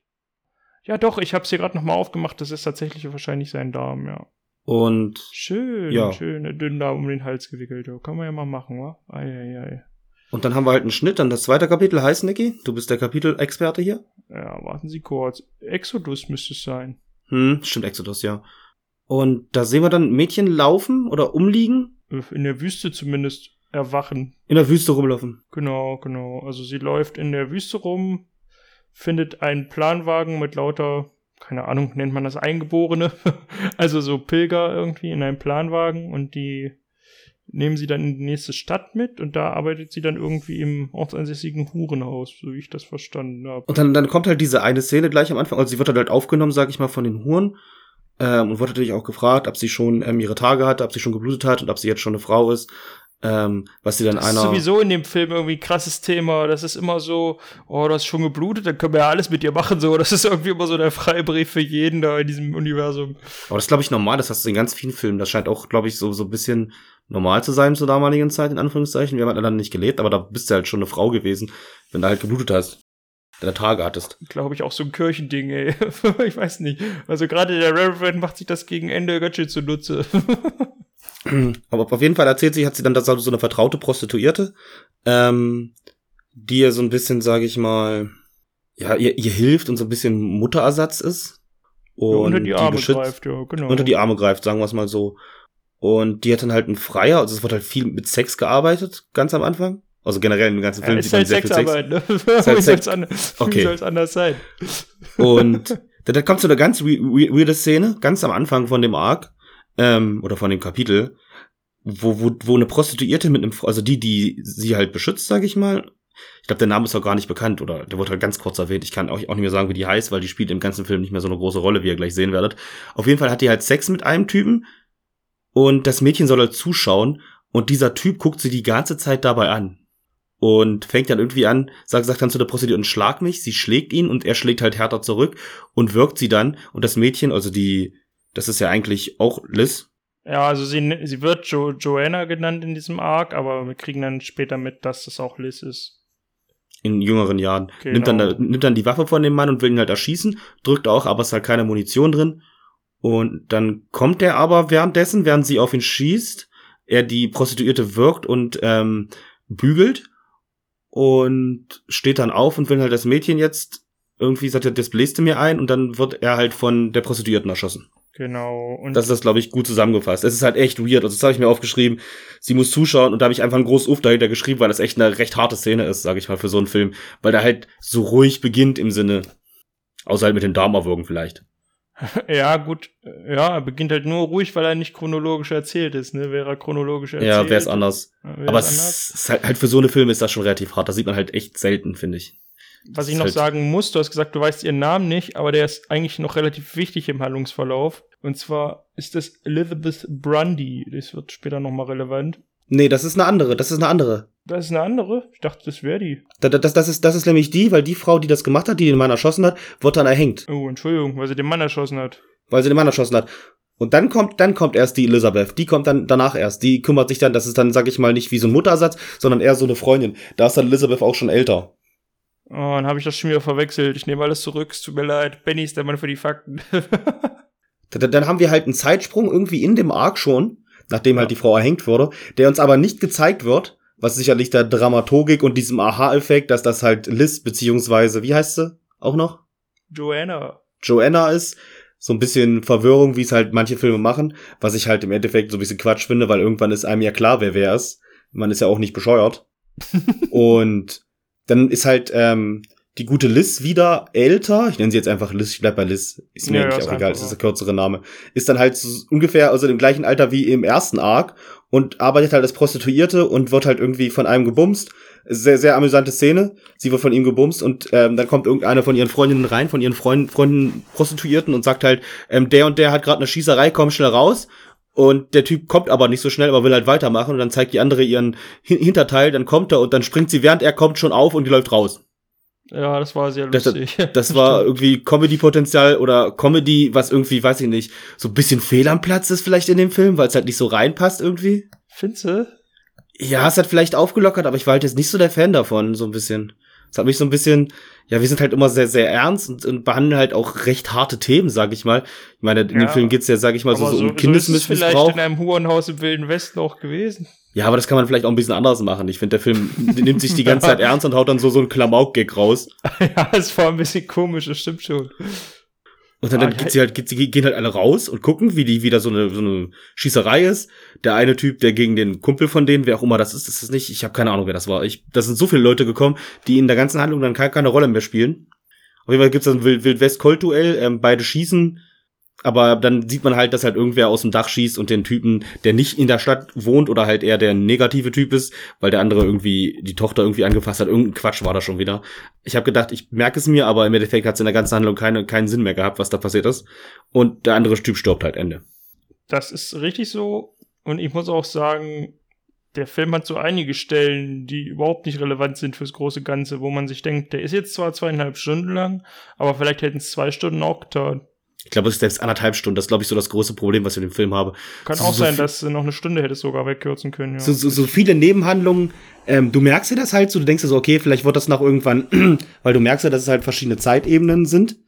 Ja doch, ich habe es hier gerade nochmal aufgemacht, das ist tatsächlich wahrscheinlich sein Darm, ja. Und schön, dünn Darm um den Hals gewickelt. Ja. Kann man ja mal machen, wa? Ei. Und dann haben wir halt einen Schnitt, dann das zweite Kapitel heißt, Niki, du bist der Kapitelexperte hier. Ja, warten Sie kurz. Exodus müsste es sein. Stimmt, Exodus, ja. Und da sehen wir dann Mädchen laufen oder umliegen. In der Wüste zumindest erwachen. In der Wüste rumlaufen. Genau. Also sie läuft in der Wüste rum, findet einen Planwagen mit lauter, keine Ahnung, nennt man das Eingeborene, also so Pilger irgendwie in einem Planwagen und die nehmen sie dann in die nächste Stadt mit und da arbeitet sie dann irgendwie im ortsansässigen Hurenhaus, so wie ich das verstanden habe. Und dann kommt halt diese eine Szene gleich am Anfang, also sie wird halt aufgenommen, sag ich mal, von den Huren und wird natürlich auch gefragt, ob sie schon ihre Tage hatte, ob sie schon geblutet hat und ob sie jetzt schon eine Frau ist. Was sie dann das ist sowieso in dem Film irgendwie ein krasses Thema. Das ist immer so, oh, du hast schon geblutet, dann können wir ja alles mit dir machen. So, das ist irgendwie immer so der Freibrief für jeden da in diesem Universum. Aber das ist, glaube ich, normal. Das hast du in ganz vielen Filmen. Das scheint auch, glaube ich, so ein bisschen normal zu sein zur damaligen Zeit, in Anführungszeichen. Wir haben halt dann nicht gelebt, aber da bist du halt schon eine Frau gewesen, wenn du halt geblutet hast. Deine Tage hattest. Glaube ich auch so ein Kirchending, ey. Ich weiß nicht. Also gerade der Reverend macht sich das gegen Ende ganz schön zunutze. Aber auf jeden Fall hat sie dann, dass so eine vertraute Prostituierte, die ihr so ein bisschen, sage ich mal, ja, ihr hilft und so ein bisschen Mutterersatz ist. Und ja, unter die Arme greift, ja, genau. Unter die Arme greift, sagen wir es mal so. Und die hat dann halt einen Freier, also es wird halt viel mit Sex gearbeitet, ganz am Anfang. Also generell im ganzen Film sieht man sehr viel Sex. Ne? Wie soll es anders sein? Und da kommt so eine ganz weirde Szene, ganz am Anfang von dem Arc, oder von dem Kapitel, wo eine Prostituierte mit einem, also die sie halt beschützt, sag ich mal. Ich glaube, der Name ist auch gar nicht bekannt, oder der wurde halt ganz kurz erwähnt. Ich kann auch nicht mehr sagen, wie die heißt, weil die spielt im ganzen Film nicht mehr so eine große Rolle, wie ihr gleich sehen werdet. Auf jeden Fall hat die halt Sex mit einem Typen und das Mädchen soll halt zuschauen und dieser Typ guckt sie die ganze Zeit dabei an. Und fängt dann irgendwie an, sagt dann zu der Prostituierten, schlag mich, sie schlägt ihn und er schlägt halt härter zurück und wirkt sie dann und das Mädchen, also das ist ja eigentlich auch Liz. Ja, also sie wird Joanna genannt in diesem Arc, aber wir kriegen dann später mit, dass das auch Liz ist. In jüngeren Jahren. Genau. Nimmt dann die Waffe von dem Mann und will ihn halt erschießen, drückt auch, aber es ist halt keine Munition drin. Und dann kommt er aber währenddessen, während sie auf ihn schießt, er die Prostituierte wirkt und bügelt und steht dann auf und will halt das Mädchen jetzt irgendwie, sagt er, das bläst du mir ein und dann wird er halt von der Prostituierten erschossen. Genau. Und das ist das, glaube ich, gut zusammengefasst. Es ist halt echt weird. Also das habe ich mir aufgeschrieben. Sie muss zuschauen und da habe ich einfach ein großes Uff dahinter geschrieben, weil das echt eine recht harte Szene ist, sage ich mal, für so einen Film. Weil der halt so ruhig beginnt im Sinne, außer halt mit den Darm erwürgen vielleicht. Ja, gut. Ja, er beginnt halt nur ruhig, weil er nicht chronologisch erzählt ist, ne? Wäre er chronologisch erzählt. Ja, wäre es anders. Wär's Aber anders. es ist halt für so eine Filme ist das schon relativ hart. Das sieht man halt echt selten, finde ich. Was ich ist noch halt- sagen muss, du hast gesagt, du weißt ihren Namen nicht, aber der ist eigentlich noch relativ wichtig im Handlungsverlauf. Und zwar ist das Elizabeth Grundy. Das wird später nochmal relevant. Nee, das ist eine andere. Das ist eine andere? Ich dachte, das wäre die. Das ist nämlich die, weil die Frau, die das gemacht hat, die den Mann erschossen hat, wird dann erhängt. Oh, Entschuldigung, weil sie den Mann erschossen hat. Weil sie den Mann erschossen hat. Und dann kommt erst die Elizabeth. Die kommt dann danach erst. Die kümmert sich dann, das ist dann, sag ich mal, nicht wie so ein Mutterersatz, sondern eher so eine Freundin. Da ist dann Elizabeth auch schon älter. Oh, dann habe ich das schon wieder verwechselt. Ich nehme alles zurück, es tut mir leid. Benny ist der Mann für die Fakten. Dann haben wir halt einen Zeitsprung irgendwie in dem Arc schon, nachdem halt die Frau erhängt wurde, der uns aber nicht gezeigt wird, was sicherlich der Dramaturgik und diesem Aha-Effekt, dass das halt Liz, beziehungsweise, wie heißt sie auch noch? Joanna ist. So ein bisschen Verwirrung, wie es halt manche Filme machen, was ich halt im Endeffekt so ein bisschen Quatsch finde, weil irgendwann ist einem ja klar, wer ist. Man ist ja auch nicht bescheuert. Und dann ist halt die gute Liz wieder älter. Ich nenne sie jetzt einfach Liz, ich bleib bei Liz. Ist mir eigentlich auch egal, das ist der kürzere Name. Ist dann halt so ungefähr also im gleichen Alter wie im ersten Arc und arbeitet halt als Prostituierte und wird halt irgendwie von einem gebumst. Sehr, sehr amüsante Szene. Sie wird von ihm gebumst und dann kommt irgendeine von ihren Freundinnen rein, von ihren Freunden Prostituierten und sagt halt, der und der hat gerade eine Schießerei, komm schnell raus. Und der Typ kommt aber nicht so schnell, aber will halt weitermachen und dann zeigt die andere ihren Hinterteil, dann kommt er und dann springt sie, während er kommt, schon auf und die läuft raus. Ja, das war sehr lustig. Das war irgendwie Comedy-Potenzial oder Comedy, was irgendwie, weiß ich nicht, so ein bisschen fehl am Platz ist vielleicht in dem Film, weil es halt nicht so reinpasst irgendwie. Findest du? Ja, es hat vielleicht aufgelockert, aber ich war halt jetzt nicht so der Fan davon, so ein bisschen. Es hat mich so ein bisschen, ja, wir sind halt immer sehr, sehr ernst und behandeln halt auch recht harte Themen, sag ich mal. Ich meine, in dem Film geht's ja, sag ich mal, so um Kindesmissbrauch. Vielleicht in einem Hurenhaus im Wilden Westen auch gewesen. Ja, aber das kann man vielleicht auch ein bisschen anders machen. Ich finde, der Film nimmt sich die ganze Zeit ernst und haut dann so einen Klamauk-Gag raus. Ja, es war ein bisschen komisch, das stimmt schon. Und dann gehen halt alle raus und gucken, wie wieder so eine Schießerei ist. Der eine Typ, der gegen den Kumpel von denen, wer auch immer das ist nicht. Ich habe keine Ahnung, wer das war. Das sind so viele Leute gekommen, die in der ganzen Handlung dann keine Rolle mehr spielen. Auf jeden Fall gibt's dann ein Wild-West-Colt-Duell, beide schießen. Aber dann sieht man halt, dass halt irgendwer aus dem Dach schießt und den Typen, der nicht in der Stadt wohnt oder halt eher der negative Typ ist, weil der andere irgendwie die Tochter irgendwie angefasst hat. Irgendein Quatsch war da schon wieder. Ich habe gedacht, ich merke es mir, aber im Endeffekt hat es in der ganzen Handlung keinen Sinn mehr gehabt, was da passiert ist. Und der andere Typ stirbt halt Ende. Das ist richtig so. Und ich muss auch sagen, der Film hat so einige Stellen, die überhaupt nicht relevant sind fürs große Ganze, wo man sich denkt, der ist jetzt zwar 2,5 Stunden lang, aber vielleicht hätten es 2 Stunden auch getan. Ich glaube, es ist selbst 1,5 Stunden. Das ist, glaube ich, so das große Problem, was wir in dem Film haben. Kann auch sein, dass noch eine Stunde hätte es sogar wegkürzen können. Ja. So viele Nebenhandlungen. Du merkst dir das halt so. Du denkst dir so, okay, vielleicht wird das nach irgendwann, weil du merkst ja, dass es halt verschiedene Zeitebenen sind.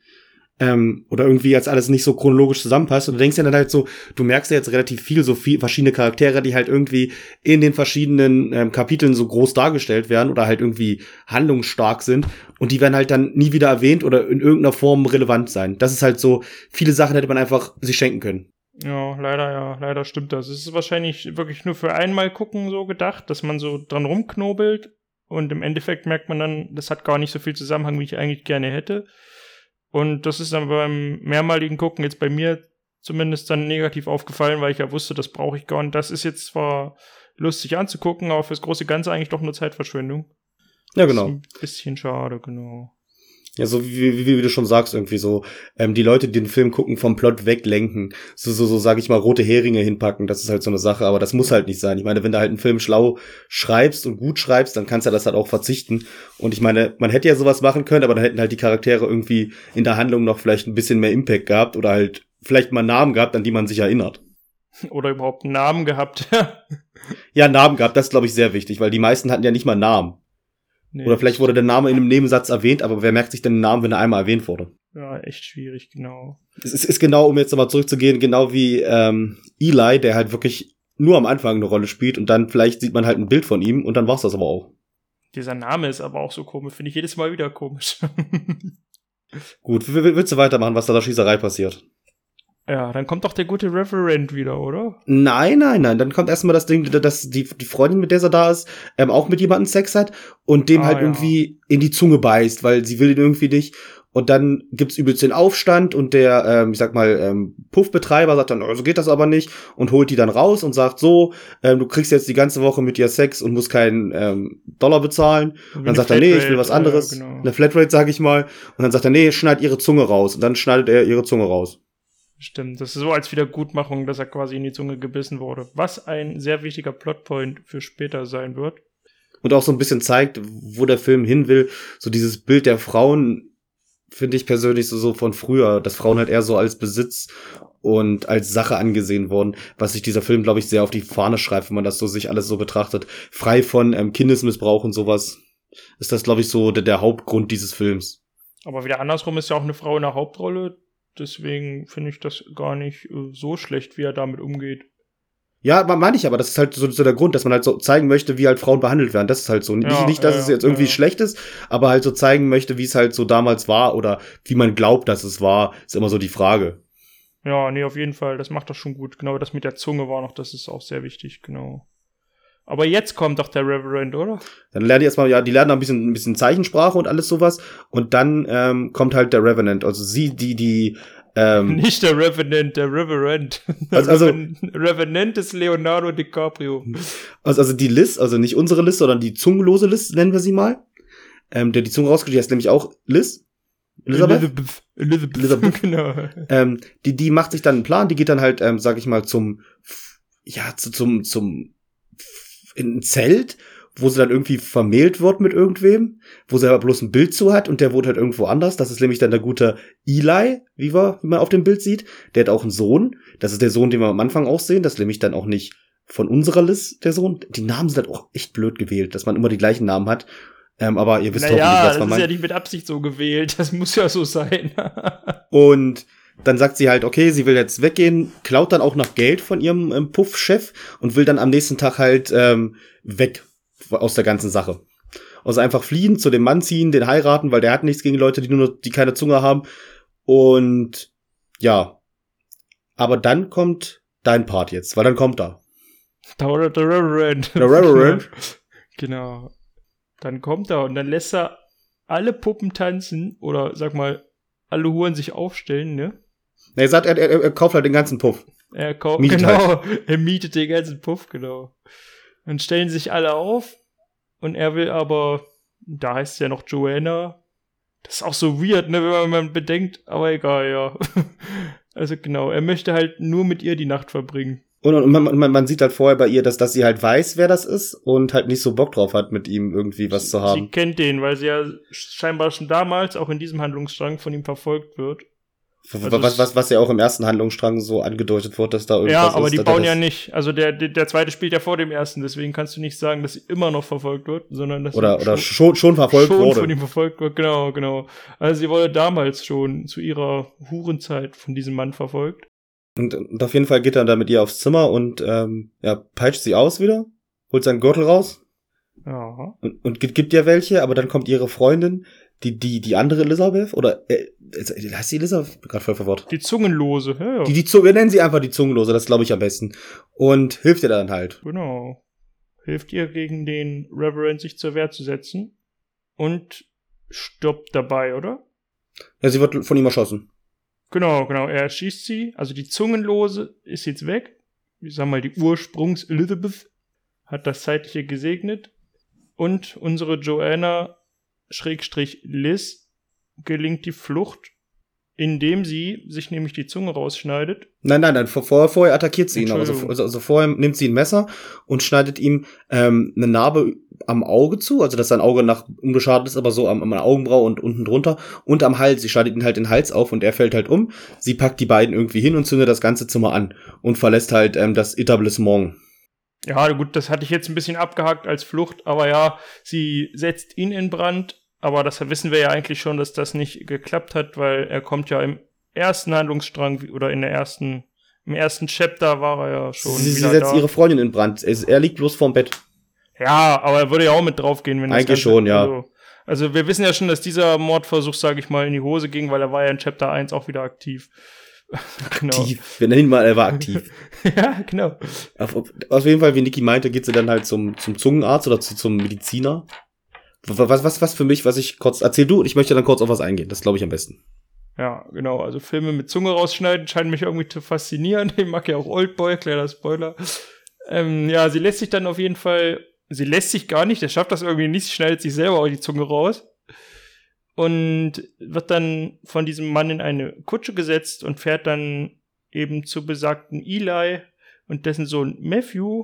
Oder irgendwie jetzt alles nicht so chronologisch zusammenpasst. Und du denkst ja dann halt so, du merkst ja jetzt relativ viel verschiedene Charaktere, die halt irgendwie in den verschiedenen Kapiteln so groß dargestellt werden oder halt irgendwie handlungsstark sind. Und die werden halt dann nie wieder erwähnt oder in irgendeiner Form relevant sein. Das ist halt so, viele Sachen hätte man einfach sich schenken können. Ja, leider stimmt das. Es ist wahrscheinlich wirklich nur für einmal gucken so gedacht, dass man so dran rumknobelt. Und im Endeffekt merkt man dann, das hat gar nicht so viel Zusammenhang, wie ich eigentlich gerne hätte. Und das ist dann beim mehrmaligen Gucken jetzt bei mir zumindest dann negativ aufgefallen, weil ich ja wusste, das brauche ich gar nicht. Das ist jetzt zwar lustig anzugucken, aber fürs große Ganze eigentlich doch nur Zeitverschwendung. Ja, genau. Das ist ein bisschen schade, genau. Ja, so wie du schon sagst, irgendwie so, die Leute, die den Film gucken, vom Plot weglenken, so sag ich mal, rote Heringe hinpacken, das ist halt so eine Sache, aber das muss halt nicht sein. Ich meine, wenn du halt einen Film schlau schreibst und gut schreibst, dann kannst du das halt auch verzichten. Und ich meine, man hätte ja sowas machen können, aber dann hätten halt die Charaktere irgendwie in der Handlung noch vielleicht ein bisschen mehr Impact gehabt oder halt vielleicht mal Namen gehabt, an die man sich erinnert. Oder überhaupt einen Namen gehabt. Ja, Namen gehabt, das ist, glaube ich, sehr wichtig, weil die meisten hatten ja nicht mal Namen. Nee, oder vielleicht wurde der Name in einem Nebensatz erwähnt, aber wer merkt sich denn den Namen, wenn er einmal erwähnt wurde? Ja, echt schwierig, genau. Es ist genau, um jetzt nochmal zurückzugehen, genau wie Eli, der halt wirklich nur am Anfang eine Rolle spielt und dann vielleicht sieht man halt ein Bild von ihm und dann war's das aber auch. Dieser Name ist aber auch so komisch, finde ich jedes Mal wieder komisch. Gut, willst du weitermachen, was da der Schießerei passiert? Ja, dann kommt doch der gute Reverend wieder, oder? Nein. Dann kommt erstmal das Ding, dass die Freundin, mit der sie da ist, auch mit jemandem Sex hat und dem halt irgendwie in die Zunge beißt, weil sie will ihn irgendwie nicht. Und dann gibt's übelst den Aufstand und der, ich sag mal, Puffbetreiber sagt dann, so geht das aber nicht und holt die dann raus und sagt so, du kriegst jetzt die ganze Woche mit ihr Sex und musst keinen Dollar bezahlen. Und dann sagt er, nee, ich will was anderes. Genau. Eine Flatrate, sag ich mal. Und dann sagt er, nee, schneid ihre Zunge raus. Und dann schneidet er ihre Zunge raus. Stimmt, das ist so als Wiedergutmachung, dass er quasi in die Zunge gebissen wurde. Was ein sehr wichtiger Plotpoint für später sein wird. Und auch so ein bisschen zeigt, wo der Film hin will. So dieses Bild der Frauen finde ich persönlich so von früher, dass Frauen halt eher so als Besitz und als Sache angesehen wurden, was sich dieser Film, glaube ich, sehr auf die Fahne schreibt, wenn man das so sich alles so betrachtet. Frei von Kindesmissbrauch und sowas ist das, glaube ich, so der Hauptgrund dieses Films. Aber wieder andersrum ist ja auch eine Frau in der Hauptrolle, deswegen finde ich das gar nicht so schlecht, wie er damit umgeht. Ja, meine ich aber, das ist halt so der Grund, dass man halt so zeigen möchte, wie halt Frauen behandelt werden. Das ist halt so. Nicht, dass es jetzt irgendwie schlecht ist, aber halt so zeigen möchte, wie es halt so damals war oder wie man glaubt, dass es war, ist immer so die Frage. Ja, nee, auf jeden Fall, das macht das schon gut. Genau, das mit der Zunge war noch, das ist auch sehr wichtig, genau. Aber jetzt kommt doch der Reverend, oder? Dann lernen die erstmal, ja, die lernen ein bisschen Zeichensprache und alles sowas. Und dann kommt halt der Revenant, also sie, die nicht der Revenant, der Reverend. Also Revenant ist Leonardo DiCaprio. Also die Liz, also nicht unsere Liz, sondern die zungenlose Liz, nennen wir sie mal. Der die Zunge rausgeht, die heißt nämlich auch Liz. Elizabeth, genau. Die macht sich dann einen Plan, die geht dann halt, sag ich mal, zum in ein Zelt, wo sie dann irgendwie vermählt wird mit irgendwem, wo sie aber bloß ein Bild zu hat und der wohnt halt irgendwo anders. Das ist nämlich dann der gute Eli, wie man auf dem Bild sieht. Der hat auch einen Sohn. Das ist der Sohn, den wir am Anfang auch sehen. Das ist nämlich dann auch nicht von unserer Liz, der Sohn. Die Namen sind halt auch echt blöd gewählt, dass man immer die gleichen Namen hat. Aber ihr wisst hoffentlich, was man meint. Das ist ja nicht mit Absicht so gewählt. Das muss ja so sein. Und dann sagt sie halt, okay, sie will jetzt weggehen, klaut dann auch noch Geld von ihrem Puff-Chef und will dann am nächsten Tag halt weg aus der ganzen Sache. Also einfach fliehen, zu dem Mann ziehen, den heiraten, weil der hat nichts gegen Leute, die keine Zunge haben. Und ja. Aber dann kommt dein Part jetzt, weil dann kommt er. Der Reverend. Der Reverend. Genau. Dann kommt er und dann lässt er alle Puppen tanzen oder sag mal, alle Huren sich aufstellen, ne? Er sagt, er kauft halt den ganzen Puff. Er mietet den ganzen Puff, genau. Dann stellen sich alle auf und er will aber, da heißt es ja noch Joanna. Das ist auch so weird, ne, wenn man bedenkt, aber egal, ja. Also genau, er möchte halt nur mit ihr die Nacht verbringen. Und man sieht halt vorher bei ihr, dass sie halt weiß, wer das ist und halt nicht so Bock drauf hat, mit ihm irgendwie was zu haben. Sie kennt den, weil sie ja scheinbar schon damals auch in diesem Handlungsstrang von ihm verfolgt wird. Was ja auch im ersten Handlungsstrang so angedeutet wird, dass da irgendwas ist. Ja, aber die bauen ja nicht. Also der zweite spielt ja vor dem ersten, deswegen kannst du nicht sagen, dass sie immer noch verfolgt wird, sondern dass schon verfolgt wurde. Schon von ihm verfolgt wird, genau. Also sie wurde damals schon zu ihrer Hurenzeit von diesem Mann verfolgt. Und auf jeden Fall geht er dann mit ihr aufs Zimmer und peitscht sie aus wieder, holt seinen Gürtel raus. Ja. Und gibt ihr welche, aber dann kommt ihre Freundin, die andere Elisabeth, oder heißt sie Elisabeth? Ich bin gerade voll verwirrt. Die Zungenlose, ja. Wir nennen sie einfach die Zungenlose, das glaube ich am besten. Und hilft ihr dann halt. Genau. Hilft ihr gegen den Reverend sich zur Wehr zu setzen und stirbt dabei, oder? Ja, sie wird von ihm erschossen. Genau. Er erschießt sie. Also die Zungenlose ist jetzt weg. Ich sag mal, die Ursprungs-Elizabeth hat das Zeitliche gesegnet. Und unsere Joanna / Liz gelingt die Flucht, indem sie sich nämlich die Zunge rausschneidet. Nein, vorher attackiert sie ihn. Also vorher nimmt sie ein Messer und schneidet ihm eine Narbe am Auge zu, also dass sein Auge nach unbeschadet ist, aber so am Augenbraue und unten drunter und am Hals. Sie schneidet ihn halt den Hals auf und er fällt halt um. Sie packt die beiden irgendwie hin und zündet das ganze Zimmer an und verlässt halt das Etablissement. Ja, gut, das hatte ich jetzt ein bisschen abgehakt als Flucht, aber ja, sie setzt ihn in Brand, aber das wissen wir ja eigentlich schon, dass das nicht geklappt hat, weil er kommt ja im ersten Handlungsstrang oder im ersten Chapter war er ja schon Sie setzt ihre Freundin in Brand. Er liegt bloß vorm Bett. Ja, aber er würde ja auch mit draufgehen, wenn das eigentlich schon, ja. Also wir wissen ja schon, dass dieser Mordversuch, sage ich mal, in die Hose ging, weil er war ja in Chapter 1 auch wieder aktiv. Genau. Aktiv. Wir nennen ihn mal, er war aktiv. Ja, genau. Auf jeden Fall, wie Niki meinte, geht sie dann halt zum Zungenarzt oder zum Mediziner. Was für mich, was ich kurz, erzähl du und ich möchte dann kurz auf was eingehen. Das glaube ich am besten. Ja, genau. Also Filme mit Zunge rausschneiden scheinen mich irgendwie zu faszinieren. Ich mag ja auch Oldboy, kleiner Spoiler. Ja, sie lässt sich dann auf jeden Fall, sie lässt sich gar nicht, der schafft das irgendwie nicht, sie schneidet sich selber auch die Zunge raus und wird dann von diesem Mann in eine Kutsche gesetzt und fährt dann eben zu besagten Eli und dessen Sohn Matthew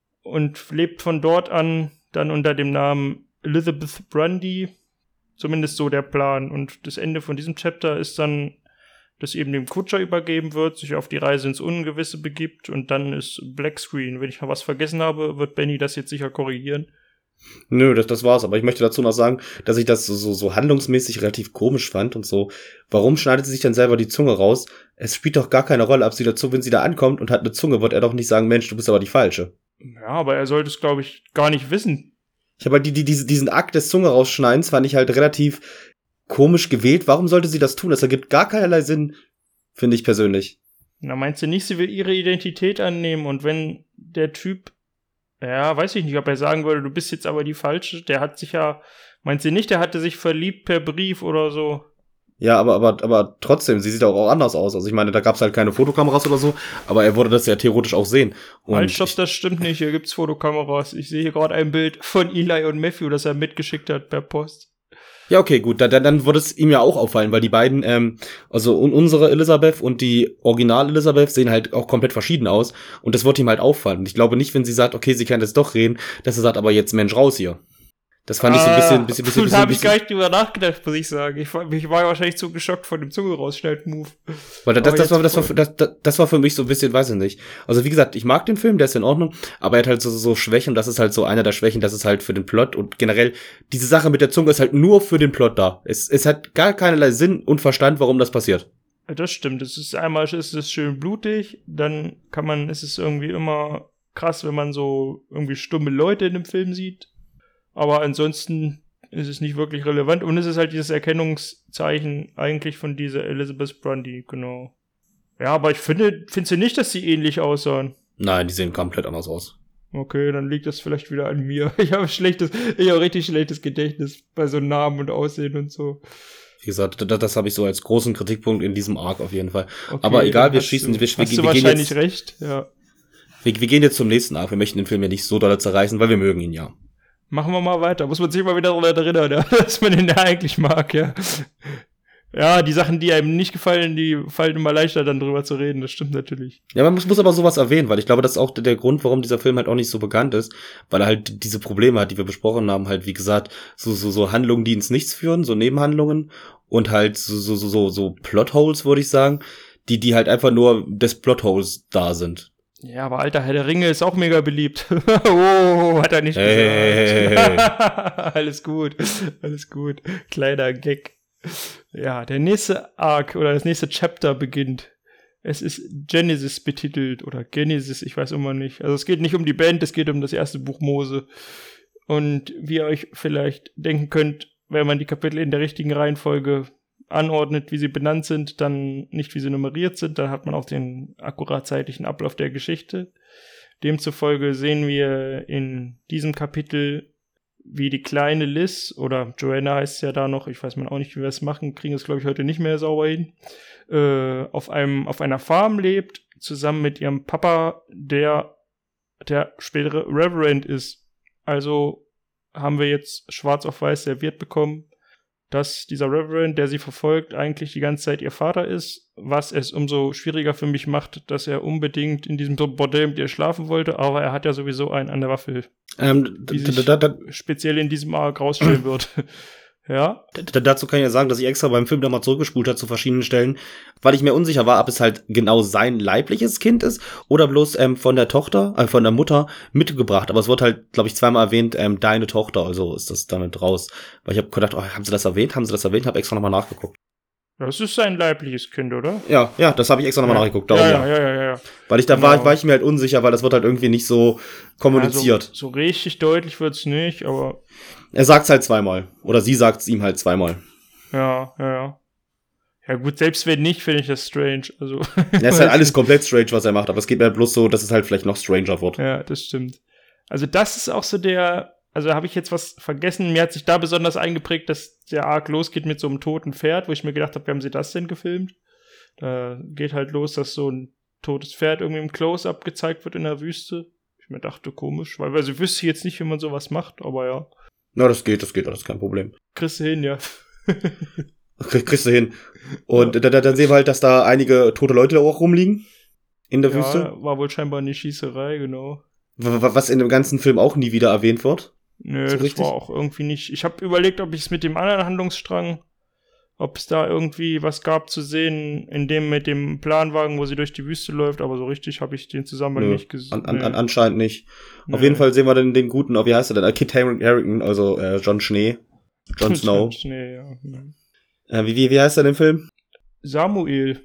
und lebt von dort an dann unter dem Namen Elizabeth Grundy. Zumindest so der Plan. Und das Ende von diesem Chapter ist dann, dass eben dem Kutscher übergeben wird, sich auf die Reise ins Ungewisse begibt und dann ist Black Screen. Wenn ich noch was vergessen habe, wird Benny das jetzt sicher korrigieren. Nö, das war's. Aber ich möchte dazu noch sagen, dass ich das so handlungsmäßig relativ komisch fand und so. Warum schneidet sie sich dann selber die Zunge raus? Es spielt doch gar keine Rolle, ob sie dazu, wenn sie da ankommt und hat eine Zunge, wird er doch nicht sagen, Mensch, du bist aber die Falsche. Ja, aber er sollte es, glaube ich, gar nicht wissen. Ich habe halt diesen Akt des Zunge rausschneidens fand ich halt relativ komisch gewählt. Warum sollte sie das tun? Das ergibt gar keinerlei Sinn, finde ich persönlich. Na, meinst du nicht, sie will ihre Identität annehmen und wenn der Typ, ja, weiß ich nicht, ob er sagen würde, du bist jetzt aber die Falsche, der hat sich ja, meinst du nicht, der hatte sich verliebt per Brief oder so? Ja, aber trotzdem, sie sieht auch anders aus. Also ich meine, da gab's halt keine Fotokameras oder so, aber er würde das ja theoretisch auch sehen. Halt, stopp, das stimmt nicht, hier gibt's Fotokameras. Ich sehe hier gerade ein Bild von Eli und Matthew, das er mitgeschickt hat per Post. Ja, okay, gut, dann würde es ihm ja auch auffallen, weil die beiden, also unsere Elisabeth und die Original-Elisabeth sehen halt auch komplett verschieden aus und das wird ihm halt auffallen. Und ich glaube nicht, wenn sie sagt, okay, sie kann jetzt doch reden, dass er sagt, aber jetzt Mensch, raus hier. Das fand ich so ein bisschen. Da habe ich gar nicht drüber nachgedacht, muss ich sagen. Ich war wahrscheinlich zu geschockt von dem Zunge rausschneiden-Move. Weil das war für mich so ein bisschen, weiß ich nicht. Also wie gesagt, ich mag den Film, der ist in Ordnung, aber er hat halt so Schwächen, das ist halt so einer der Schwächen, das ist halt für den Plot und generell, diese Sache mit der Zunge ist halt nur für den Plot da. Es hat gar keinerlei Sinn und Verstand, warum das passiert. Das stimmt. Einmal ist es schön blutig, dann ist es irgendwie immer krass, wenn man so irgendwie stumme Leute in dem Film sieht. Aber ansonsten ist es nicht wirklich relevant. Und es ist halt dieses Erkennungszeichen eigentlich von dieser Elizabeth Grundy, genau. Ja, aber findest du nicht, dass sie ähnlich aussahen? Nein, die sehen komplett anders aus. Okay, dann liegt das vielleicht wieder an mir. Ich habe richtig schlechtes Gedächtnis bei so Namen und Aussehen und so. Wie gesagt, das habe ich so als großen Kritikpunkt in diesem Arc auf jeden Fall. Okay, aber egal, wir schießen. Hast du wahrscheinlich recht, ja. Wir gehen jetzt zum nächsten Arc. Wir möchten den Film ja nicht so doll zerreißen, weil wir mögen ihn ja. Machen wir mal weiter. Muss man sich mal wieder daran erinnern, ja, dass man den ja eigentlich mag, ja. Ja, die Sachen, die einem nicht gefallen, die fallen immer leichter, dann drüber zu reden. Das stimmt natürlich. Ja, man muss aber sowas erwähnen, weil ich glaube, das ist auch der Grund, warum dieser Film halt auch nicht so bekannt ist, weil er halt diese Probleme hat, die wir besprochen haben, halt, wie gesagt, so Handlungen, die ins Nichts führen, so Nebenhandlungen und halt so Plotholes, würde ich sagen, die halt einfach nur des Plotholes da sind. Ja, aber alter Herr der Ringe ist auch mega beliebt. Oh, hat er nicht gesagt. Hey. Alles gut. Kleiner Gag. Ja, der nächste Arc oder das nächste Chapter beginnt. Es ist Genesis betitelt oder Genesis, ich weiß immer nicht. Also es geht nicht um die Band, es geht um das erste Buch Mose. Und wie ihr euch vielleicht denken könnt, wenn man die Kapitel in der richtigen Reihenfolge anordnet, wie sie benannt sind, dann nicht, wie sie nummeriert sind, dann hat man auch den akkurat zeitlichen Ablauf der Geschichte. Demzufolge sehen wir in diesem Kapitel, wie die kleine Liz, oder Joanna heißt es ja da noch, ich weiß mal auch nicht, wie wir es machen, kriegen es, glaube ich, heute nicht mehr sauber hin, auf einer Farm lebt, zusammen mit ihrem Papa, der spätere Reverend ist. Also haben wir jetzt schwarz auf weiß serviert bekommen, dass dieser Reverend, der sie verfolgt, eigentlich die ganze Zeit ihr Vater ist, was es umso schwieriger für mich macht, dass er unbedingt in diesem Bordell mit ihr schlafen wollte, aber er hat ja sowieso einen an der Waffel, wie sich speziell in diesem Arc rausstellen wird. Ja. Dazu kann ich ja sagen, dass ich extra beim Film nochmal zurückgespult habe zu verschiedenen Stellen, weil ich mir unsicher war, ob es halt genau sein leibliches Kind ist oder bloß von der Mutter mitgebracht. Aber es wird halt, glaube ich, zweimal erwähnt, deine Tochter, also ist das damit raus. Weil ich habe gedacht, haben sie das erwähnt? Habe extra nochmal nachgeguckt. Das ist sein leibliches Kind, oder? Ja, das habe ich extra nochmal nachgeguckt. Darum, ja. Weil war ich mir halt unsicher, weil das wird halt irgendwie nicht so kommuniziert. Ja, so richtig deutlich wird's nicht, aber er sagt's halt zweimal. Oder sie sagt's ihm halt zweimal. Ja. Ja gut, selbst wenn nicht, finde ich das strange. Also, ja, ist halt alles komplett strange, was er macht. Aber es geht mir bloß so, dass es halt vielleicht noch stranger wird. Ja, das stimmt. Also das ist auch so der also habe ich jetzt was vergessen? Mir hat sich da besonders eingeprägt, dass der Arc losgeht mit so einem toten Pferd, wo ich mir gedacht habe, wie haben sie das denn gefilmt? Da geht halt los, dass so ein totes Pferd irgendwie im Close-Up gezeigt wird in der Wüste. Ich mir dachte, komisch, weil also ich wüsste jetzt nicht, wie man sowas macht, aber ja. Na, das geht, alles kein Problem. Kriegst du hin, ja. Kriegst du hin. Und dann sehen wir halt, dass da einige tote Leute auch rumliegen in der Wüste. Ja, war wohl scheinbar eine Schießerei, genau. Was in dem ganzen Film auch nie wieder erwähnt wird. Nö, so das richtig? war auch irgendwie nicht. Ich habe überlegt, ob ich es mit dem anderen Handlungsstrang, ob es da irgendwie was gab zu sehen, in dem mit dem Planwagen, wo sie durch die Wüste läuft, aber so richtig habe ich den Zusammenhang nicht gesehen. Anscheinend nicht. Auf jeden Fall sehen wir dann den guten, wie heißt er denn? Kit Harington, also Jon Schnee. Jon Snow. Jon Schnee, ja. Wie heißt er denn im Film? Samuel,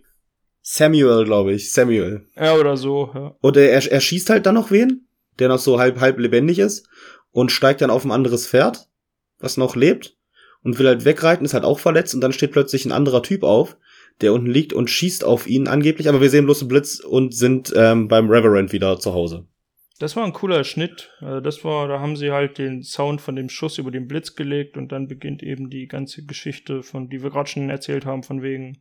glaube ich. Samuel. Ja, oder so, ja. Und er schießt halt dann noch wen, der noch so halb lebendig ist und steigt dann auf ein anderes Pferd, was noch lebt und will halt wegreiten, ist halt auch verletzt und dann steht plötzlich ein anderer Typ auf, der unten liegt und schießt auf ihn angeblich, aber wir sehen bloß einen Blitz und sind beim Reverend wieder zu Hause. Das war ein cooler Schnitt. Da haben sie halt den Sound von dem Schuss über den Blitz gelegt und dann beginnt eben die ganze Geschichte, die wir gerade schon erzählt haben, von wegen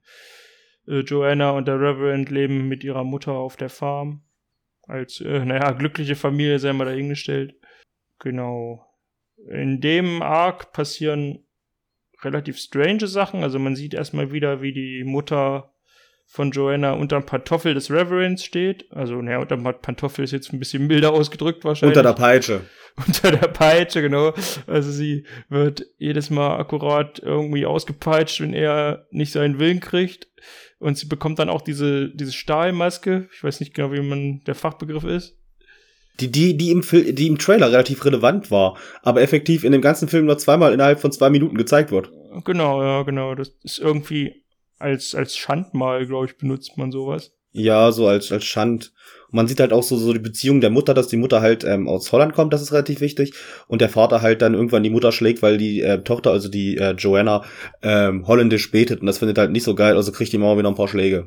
Joanna und der Reverend leben mit ihrer Mutter auf der Farm. Als, glückliche Familie, sei mal dahingestellt. Genau. In dem Arc passieren relativ strange Sachen. Also man sieht erstmal wieder, wie die Mutter von Joanna unterm Pantoffel des Reverends steht. Also, unterm Pantoffel ist jetzt ein bisschen milder ausgedrückt wahrscheinlich. Unter der Peitsche. Unter der Peitsche, genau. Also sie wird jedes Mal akkurat irgendwie ausgepeitscht, wenn er nicht seinen Willen kriegt. Und sie bekommt dann auch diese Stahlmaske. Ich weiß nicht genau, wie der Fachbegriff ist. Die im Trailer relativ relevant war, aber effektiv in dem ganzen Film nur zweimal innerhalb von 2 Minuten gezeigt wird. Genau, ja, genau. Das ist irgendwie als Schandmal, glaube ich, benutzt man sowas. Ja, so als Schand. Und man sieht halt auch so die Beziehung der Mutter, dass die Mutter halt aus Holland kommt, das ist relativ wichtig. Und der Vater halt dann irgendwann die Mutter schlägt, weil die Tochter, also die Joanna, holländisch betet. Und das findet halt nicht so geil, also kriegt die Mama wieder ein paar Schläge.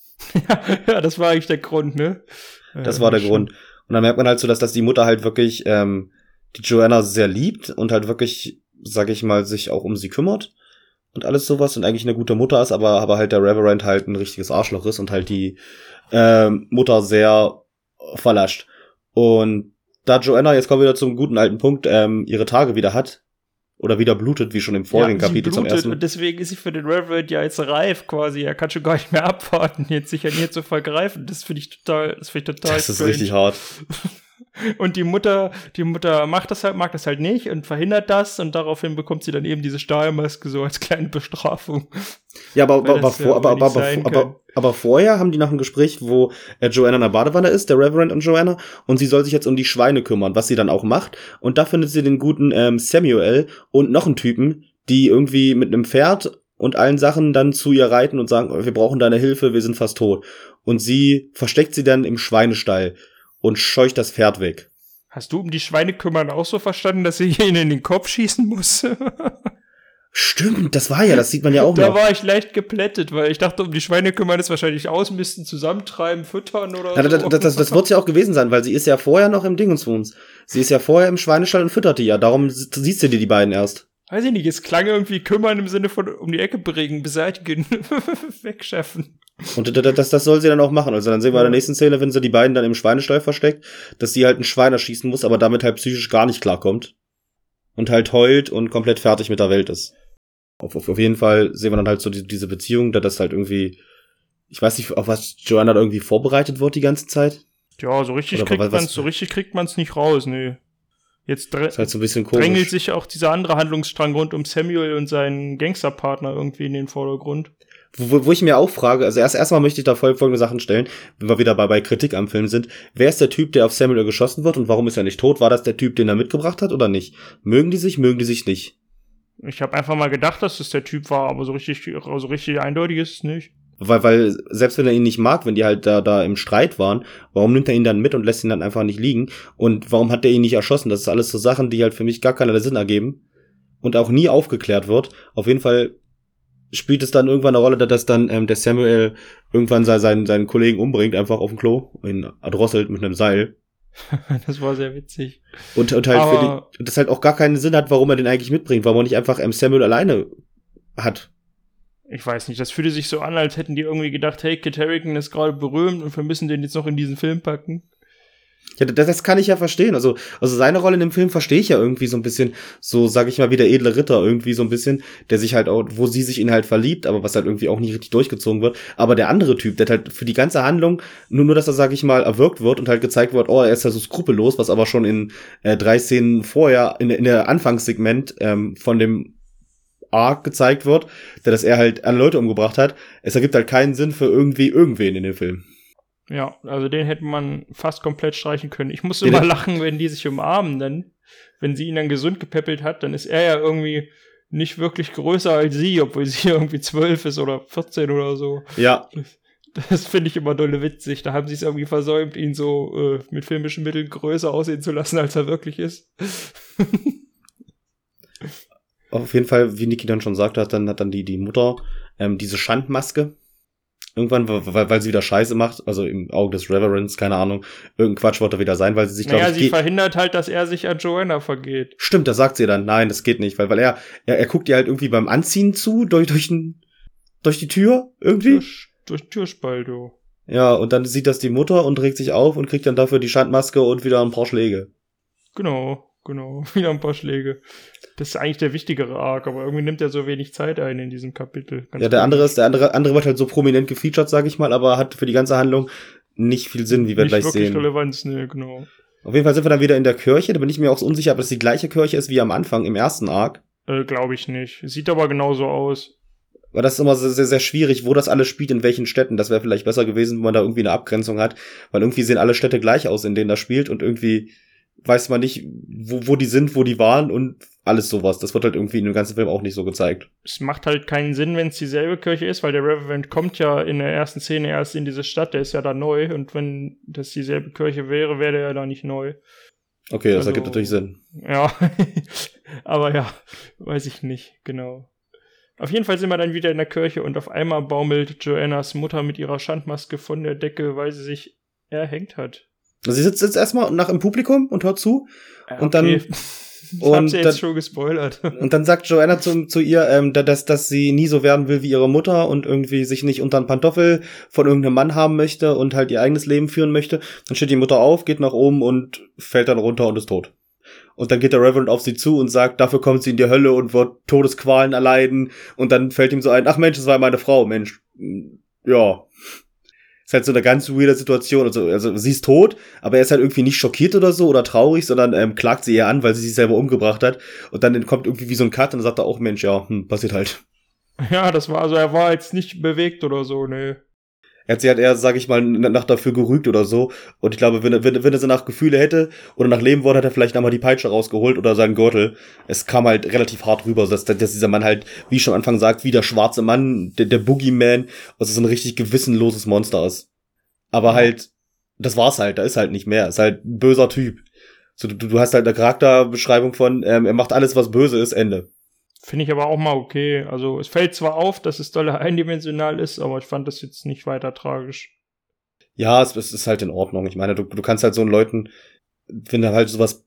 Ja, das war eigentlich der Grund, ne? Das war der Grund. Und dann merkt man halt so, dass die Mutter halt wirklich die Joanna sehr liebt und halt wirklich, sag ich mal, sich auch um sie kümmert. Und alles sowas und eigentlich eine gute Mutter ist, aber halt der Reverend halt ein richtiges Arschloch ist und halt die Mutter sehr verlascht. Und da Joanna, jetzt kommen wir wieder zum guten alten Punkt, ihre Tage wieder hat oder wieder blutet, wie schon im vorigen Kapitel zum ersten. Und deswegen ist sie für den Reverend ja jetzt reif quasi. Er kann schon gar nicht mehr abwarten, jetzt sich an ihr zu vergreifen. Das finde ich total Das ist richtig hart. Und die Mutter mag das halt nicht und verhindert das und daraufhin bekommt sie dann eben diese Stahlmaske so als kleine Bestrafung. Ja, aber vorher haben die nach einem Gespräch, wo Joanna in der Badewanne ist, der Reverend und Joanna, und sie soll sich jetzt um die Schweine kümmern, was sie dann auch macht. Und da findet sie den guten Samuel und noch einen Typen, die irgendwie mit einem Pferd und allen Sachen dann zu ihr reiten und sagen, wir brauchen deine Hilfe, wir sind fast tot. Und sie versteckt sie dann im Schweinestall und scheucht das Pferd weg. Hast du um die Schweine kümmern auch so verstanden, dass sie ihnen in den Kopf schießen muss? Stimmt, das sieht man ja auch da noch. Da war ich leicht geplättet, weil ich dachte, um die Schweine kümmern ist wahrscheinlich ausmisten, zusammentreiben, füttern oder so. Das wird ja auch gewesen sein, weil sie ist ja vorher noch im Dingenswohns. Sie ist ja vorher im Schweinestall und füttert die ja. Darum siehst du die beiden erst. Weiß ich nicht, es klang irgendwie kümmern im Sinne von um die Ecke bringen, beseitigen, wegschaffen. Und das soll sie dann auch machen. Also dann sehen wir in der nächsten Szene, wenn sie die beiden dann im Schweinestall versteckt, dass sie halt ein Schwein erschießen muss, aber damit halt psychisch gar nicht klarkommt. Und halt heult und komplett fertig mit der Welt ist. Auf jeden Fall sehen wir dann halt so diese Beziehung, da das halt irgendwie, ich weiß nicht, auf was Joanna da irgendwie vorbereitet wird die ganze Zeit. Ja, so richtig kriegt man's nicht raus, nee. Jetzt ist halt so ein bisschen komisch. Drängelt sich auch dieser andere Handlungsstrang rund um Samuel und seinen Gangsterpartner irgendwie in den Vordergrund. Wo ich mir auch frage, also erstmal möchte ich da folgende Sachen stellen, wenn wir wieder bei Kritik am Film sind. Wer ist der Typ, der auf Samuel geschossen wird und warum ist er nicht tot? War das der Typ, den er mitgebracht hat oder nicht? Mögen die sich nicht? Ich habe einfach mal gedacht, dass das der Typ war, aber so richtig eindeutig ist es nicht. Weil selbst wenn er ihn nicht mag, wenn die halt da im Streit waren, warum nimmt er ihn dann mit und lässt ihn dann einfach nicht liegen? Und warum hat er ihn nicht erschossen? Das ist alles so Sachen, die halt für mich gar keinerlei Sinn ergeben und auch nie aufgeklärt wird. Auf jeden Fall spielt es dann irgendwann eine Rolle, dass dann der Samuel irgendwann seinen Kollegen umbringt, einfach auf dem Klo, ihn erdrosselt mit einem Seil. Das war sehr witzig. Und halt das halt auch gar keinen Sinn hat, warum er den eigentlich mitbringt, warum er nicht einfach Samuel alleine hat. Ich weiß nicht, das fühlte sich so an, als hätten die irgendwie gedacht, hey, Kit Harington ist gerade berühmt und wir müssen den jetzt noch in diesen Film packen. Ja, das kann ich ja verstehen. Also seine Rolle in dem Film verstehe ich ja irgendwie so ein bisschen, so sag ich mal wie der edle Ritter irgendwie so ein bisschen, der sich halt auch, wo sie sich in halt verliebt, aber was halt irgendwie auch nicht richtig durchgezogen wird. Aber der andere Typ, der halt für die ganze Handlung, nur dass er, sag ich mal, erwürgt wird und halt gezeigt wird, oh, er ist ja so skrupellos, was aber schon in 3 Szenen vorher, in der Anfangssegment von dem Arc gezeigt wird, dass er halt an Leute umgebracht hat. Es ergibt halt keinen Sinn für irgendwen in dem Film. Ja, also den hätte man fast komplett streichen können. Ich musste immer lachen, wenn die sich umarmen, dann, wenn sie ihn dann gesund gepäppelt hat, dann ist er ja irgendwie nicht wirklich größer als sie, obwohl sie irgendwie 12 ist oder 14 oder so. Ja. Das finde ich immer dolle witzig. Da haben sie es irgendwie versäumt, ihn so mit filmischen Mitteln größer aussehen zu lassen, als er wirklich ist. Auf jeden Fall, wie Niki dann schon sagte, hat dann die Mutter diese Schandmaske. Irgendwann, weil sie wieder Scheiße macht, also im Auge des Reverends, keine Ahnung, irgendein Quatsch wird da wieder sein, weil sie sich, glaube ich... sie verhindert halt, dass er sich an Joanna vergeht. Stimmt, das sagt sie dann. Nein, das geht nicht, weil er guckt ihr halt irgendwie beim Anziehen zu, durch die Tür, irgendwie. Durch Türspalt, du. Ja, und dann sieht das die Mutter und regt sich auf und kriegt dann dafür die Schandmaske und wieder ein paar Schläge. Genau, wieder ein paar Schläge. Das ist eigentlich der wichtigere Arc, aber irgendwie nimmt er so wenig Zeit ein in diesem Kapitel. Ganz ja, der andere wird halt so prominent gefeatured, sag ich mal, aber hat für die ganze Handlung nicht viel Sinn, wie wir gleich sehen. Nicht wirklich Relevanz, ne, genau. Auf jeden Fall sind wir dann wieder in der Kirche, da bin ich mir auch so unsicher, ob das die gleiche Kirche ist wie am Anfang, im ersten Arc. Glaube ich nicht. Sieht aber genauso aus. Weil das ist immer sehr, sehr, sehr schwierig, wo das alles spielt, in welchen Städten. Das wäre vielleicht besser gewesen, wenn man da irgendwie eine Abgrenzung hat, weil irgendwie sehen alle Städte gleich aus, in denen das spielt und irgendwie weiß man nicht, wo die sind, wo die waren und alles sowas. Das wird halt irgendwie in dem ganzen Film auch nicht so gezeigt. Es macht halt keinen Sinn, wenn es dieselbe Kirche ist, weil der Reverend kommt ja in der ersten Szene erst in diese Stadt, der ist ja da neu und wenn das dieselbe Kirche wäre, wäre der ja da nicht neu. Okay, das ergibt natürlich Sinn. Ja, aber ja, weiß ich nicht, genau. Auf jeden Fall sind wir dann wieder in der Kirche und auf einmal baumelt Joannas Mutter mit ihrer Schandmaske von der Decke, weil sie sich erhängt hat. Sie sitzt jetzt erstmal im Publikum und hört zu. Ja, und dann. Ich hab's ja jetzt schon gespoilert. Und dann sagt Joanna zu ihr, dass sie nie so werden will wie ihre Mutter und irgendwie sich nicht unter einen Pantoffel von irgendeinem Mann haben möchte und halt ihr eigenes Leben führen möchte. Dann steht die Mutter auf, geht nach oben und fällt dann runter und ist tot. Und dann geht der Reverend auf sie zu und sagt, dafür kommt sie in die Hölle und wird Todesqualen erleiden. Und dann fällt ihm so ein, ach Mensch, das war meine Frau, Mensch. Ja. Ist halt so eine ganz weirde Situation. Also sie ist tot, aber er ist halt irgendwie nicht schockiert oder so oder traurig, sondern klagt sie eher an, weil sie sich selber umgebracht hat. Und dann kommt irgendwie wie so ein Cut und dann sagt er auch, Mensch, ja, passiert halt. Ja, das war, also er war jetzt nicht bewegt oder so, ne. Er hat sie halt eher, sag ich mal, nach dafür gerügt oder so. Und ich glaube, wenn er sie nach Gefühle hätte oder nach Leben wollte, hat er vielleicht nochmal die Peitsche rausgeholt oder seinen Gürtel. Es kam halt relativ hart rüber, dass dieser Mann halt, wie ich schon am Anfang sagt, wie der schwarze Mann, der Boogeyman, also so ein richtig gewissenloses Monster ist. Aber halt, das war's halt, da ist halt nicht mehr. Ist halt ein böser Typ. So, du hast halt eine Charakterbeschreibung von, er macht alles, was böse ist, Ende. Finde ich aber auch mal okay. Also es fällt zwar auf, dass es dolle eindimensional ist, aber ich fand das jetzt nicht weiter tragisch. Ja, es ist halt in Ordnung. Ich meine, du kannst halt so einen Leuten, wenn du halt sowas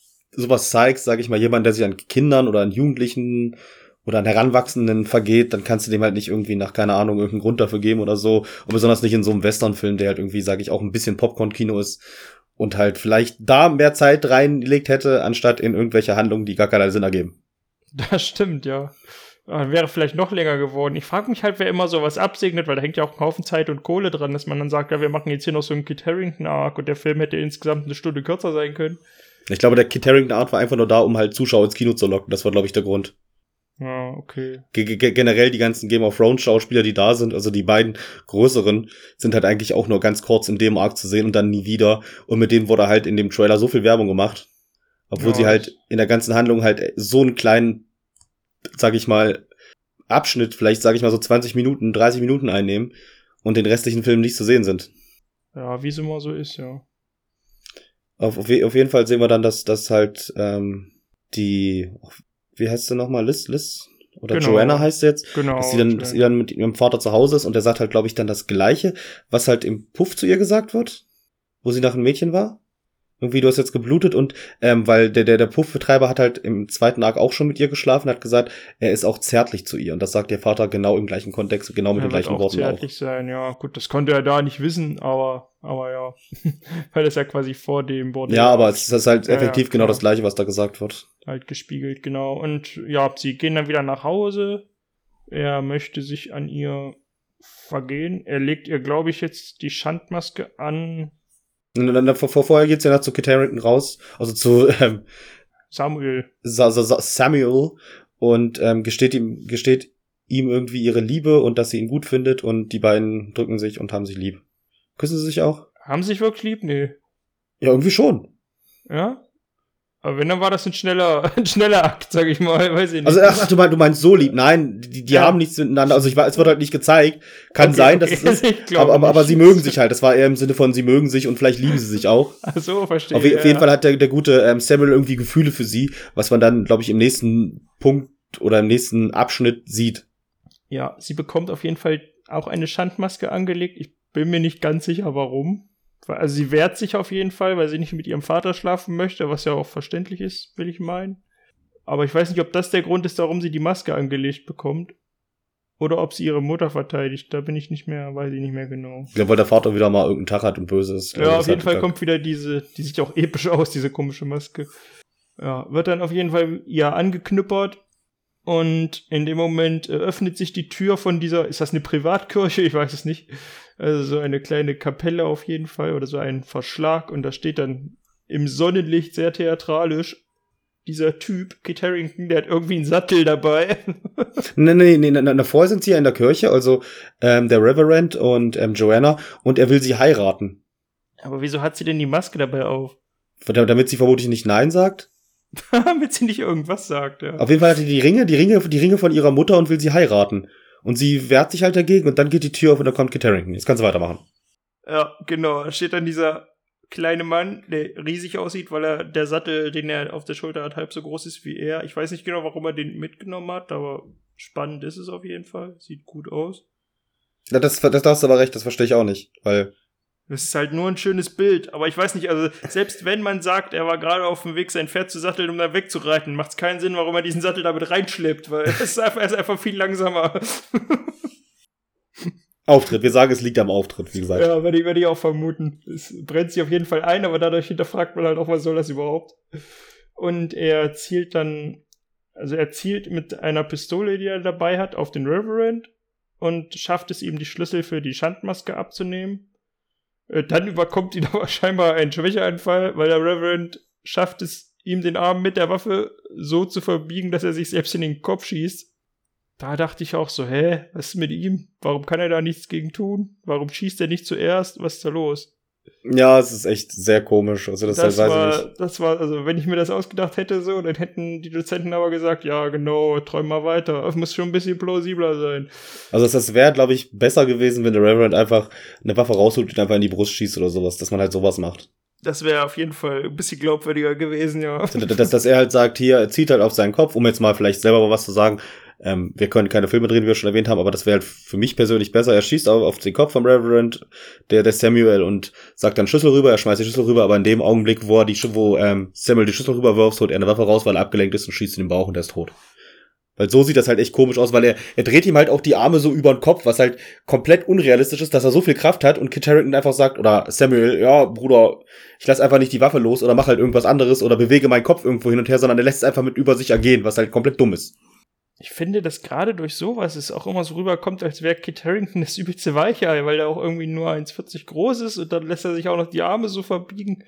zeigst, sag ich mal, jemand, der sich an Kindern oder an Jugendlichen oder an Heranwachsenden vergeht, dann kannst du dem halt nicht irgendwie nach, keine Ahnung, irgendeinen Grund dafür geben oder so. Und besonders nicht in so einem Westernfilm, der halt irgendwie, sag ich, auch ein bisschen Popcorn-Kino ist und halt vielleicht da mehr Zeit reingelegt hätte, anstatt in irgendwelche Handlungen, die gar keinen Sinn ergeben. Das stimmt, ja. Wäre vielleicht noch länger geworden. Ich frage mich halt, wer immer sowas absegnet, weil da hängt ja auch ein Haufen Zeit und Kohle dran, dass man dann sagt, ja, wir machen jetzt hier noch so einen Kit Harington-Arc und der Film hätte insgesamt eine Stunde kürzer sein können. Ich glaube, der Kit Harington-Arc war einfach nur da, um halt Zuschauer ins Kino zu locken. Das war, glaube ich, der Grund. Ja, okay. Generell die ganzen Game of Thrones Schauspieler, die da sind, also die beiden größeren, sind halt eigentlich auch nur ganz kurz in dem Arc zu sehen und dann nie wieder. Und mit denen wurde halt in dem Trailer so viel Werbung gemacht. Obwohl sie halt in der ganzen Handlung halt so einen kleinen, sag ich mal, Abschnitt, vielleicht sag ich mal so 20 Minuten, 30 Minuten einnehmen und den restlichen Film nicht zu sehen sind. Ja, wie es immer so ist, ja. Auf jeden Fall sehen wir dann, dass halt wie heißt sie nochmal? Liz? Oder genau. Joanna heißt sie jetzt. Genau. Dass sie dann mit ihrem Vater zu Hause ist und der sagt halt, glaube ich, dann das Gleiche, was halt im Puff zu ihr gesagt wird, wo sie nach einem Mädchen war. Irgendwie, du hast jetzt geblutet und weil der Puffbetreiber hat halt im zweiten Arc auch schon mit ihr geschlafen, hat gesagt, er ist auch zärtlich zu ihr. Und das sagt ihr Vater genau im gleichen Kontext, genau mit den gleichen Worten auch. Zärtlich sein, ja. Gut, das konnte er da nicht wissen, aber ja. Weil das ja quasi vor dem Bordell. Ja, aber es ist halt effektiv genau das Gleiche, was da gesagt wird. Halt gespiegelt, genau. Und ja, sie gehen dann wieder nach Hause. Er möchte sich an ihr vergehen. Er legt ihr, glaube ich, jetzt die Schandmaske an. Vorher geht's ja noch zu Kit Harington raus, also zu Samuel und gesteht ihm irgendwie ihre Liebe und dass sie ihn gut findet und die beiden drücken sich und haben sich lieb. Küssen sie sich auch? Haben sie sich wirklich lieb? Nee. Ja, irgendwie schon. Ja? Aber wenn, dann war das ein schneller Akt, sag ich mal, weiß ich nicht. Also, ach, du meinst so lieb? Nein, die haben nichts miteinander, also es wird halt nicht gezeigt. Kann sein, dass es ist, aber sie mögen sich halt. Das war eher im Sinne von, sie mögen sich und vielleicht lieben sie sich auch. Ach so, verstehe. Auf jeden Fall hat der gute Samuel irgendwie Gefühle für sie, was man dann, glaube ich, im nächsten Punkt oder im nächsten Abschnitt sieht. Ja, sie bekommt auf jeden Fall auch eine Schandmaske angelegt. Ich bin mir nicht ganz sicher, warum. Also sie wehrt sich auf jeden Fall, weil sie nicht mit ihrem Vater schlafen möchte, was ja auch verständlich ist, will ich meinen. Aber ich weiß nicht, ob das der Grund ist, warum sie die Maske angelegt bekommt. Oder ob sie ihre Mutter verteidigt. Da weiß ich nicht mehr genau. Ja, weil der Vater wieder mal irgendeinen Tag hat und böse ist. Ja, auf jeden Fall kommt wieder die sieht auch episch aus, diese komische Maske. Ja, wird dann auf jeden Fall ja angeknüppert. Und in dem Moment öffnet sich die Tür von dieser, ist das eine Privatkirche? Ich weiß es nicht. Also so eine kleine Kapelle auf jeden Fall oder so ein Verschlag. Und da steht dann im Sonnenlicht sehr theatralisch dieser Typ, Kit Harington, der hat irgendwie einen Sattel dabei. Nee, vorher sind sie ja in der Kirche, also der Reverend und Joanna, und er will sie heiraten. Aber wieso hat sie denn die Maske dabei auf? Damit sie vermutlich nicht Nein sagt? Damit sie nicht irgendwas sagt, ja. Auf jeden Fall hat sie die Ringe von ihrer Mutter und will sie heiraten. Und sie wehrt sich halt dagegen und dann geht die Tür auf und dann kommt Kit Harington. Jetzt kannst du weitermachen. Ja, genau. Da steht dann dieser kleine Mann, der riesig aussieht, weil der Sattel, den er auf der Schulter hat, halb so groß ist wie er. Ich weiß nicht genau, warum er den mitgenommen hat, aber spannend ist es auf jeden Fall. Sieht gut aus. Ja, das hast du aber recht, das verstehe ich auch nicht, weil das ist halt nur ein schönes Bild, aber ich weiß nicht, also selbst wenn man sagt, er war gerade auf dem Weg, sein Pferd zu satteln, um da wegzureiten, macht es keinen Sinn, warum er diesen Sattel damit reinschleppt, weil er ist einfach viel langsamer. Auftritt, wir sagen, es liegt am Auftritt, wie gesagt. Ja, werde ich auch vermuten. Es brennt sich auf jeden Fall ein, aber dadurch hinterfragt man halt auch, was soll das überhaupt? Und er zielt mit einer Pistole, die er dabei hat, auf den Reverend und schafft es ihm, die Schlüssel für die Schandmaske abzunehmen. Dann überkommt ihn aber scheinbar ein Schwächeanfall, weil der Reverend schafft es, ihm den Arm mit der Waffe so zu verbiegen, dass er sich selbst in den Kopf schießt. Da dachte ich auch so, was ist mit ihm? Warum kann er da nichts gegen tun? Warum schießt er nicht zuerst? Was ist da los? Ja, es ist echt sehr komisch. Also das weiß ich nicht. Das war, also wenn ich mir das ausgedacht hätte, so, dann hätten die Dozenten aber gesagt, ja, genau, träum mal weiter. Das muss schon ein bisschen plausibler sein. Also das wäre, glaube ich, besser gewesen, wenn der Reverend einfach eine Waffe rausholt und einfach in die Brust schießt oder sowas, dass man halt sowas macht. Das wäre auf jeden Fall ein bisschen glaubwürdiger gewesen, ja. Dass er halt sagt, hier, er zieht halt auf seinen Kopf, um jetzt mal vielleicht selber mal was zu sagen. Wir können keine Filme drehen, wie wir schon erwähnt haben, aber das wäre halt für mich persönlich besser. Er schießt auf den Kopf vom Reverend, der Samuel, und sagt dann Schlüssel rüber, er schmeißt die Schlüssel rüber, aber in dem Augenblick, wo Samuel die Schlüssel rüberwirft, holt er eine Waffe raus, weil er abgelenkt ist und schießt in den Bauch und er ist tot. Weil so sieht das halt echt komisch aus, weil er dreht ihm halt auch die Arme so über den Kopf, was halt komplett unrealistisch ist, dass er so viel Kraft hat und Kit Harington einfach sagt, oder Samuel, ja, Bruder, ich lass einfach nicht die Waffe los oder mach halt irgendwas anderes oder bewege meinen Kopf irgendwo hin und her, sondern er lässt es einfach mit über sich ergehen, was halt komplett dumm ist. Ich finde, dass gerade durch sowas es auch immer so rüberkommt, als wäre Kit Harington das übelste Weichei, weil er auch irgendwie nur 1,40 groß ist und dann lässt er sich auch noch die Arme so verbiegen.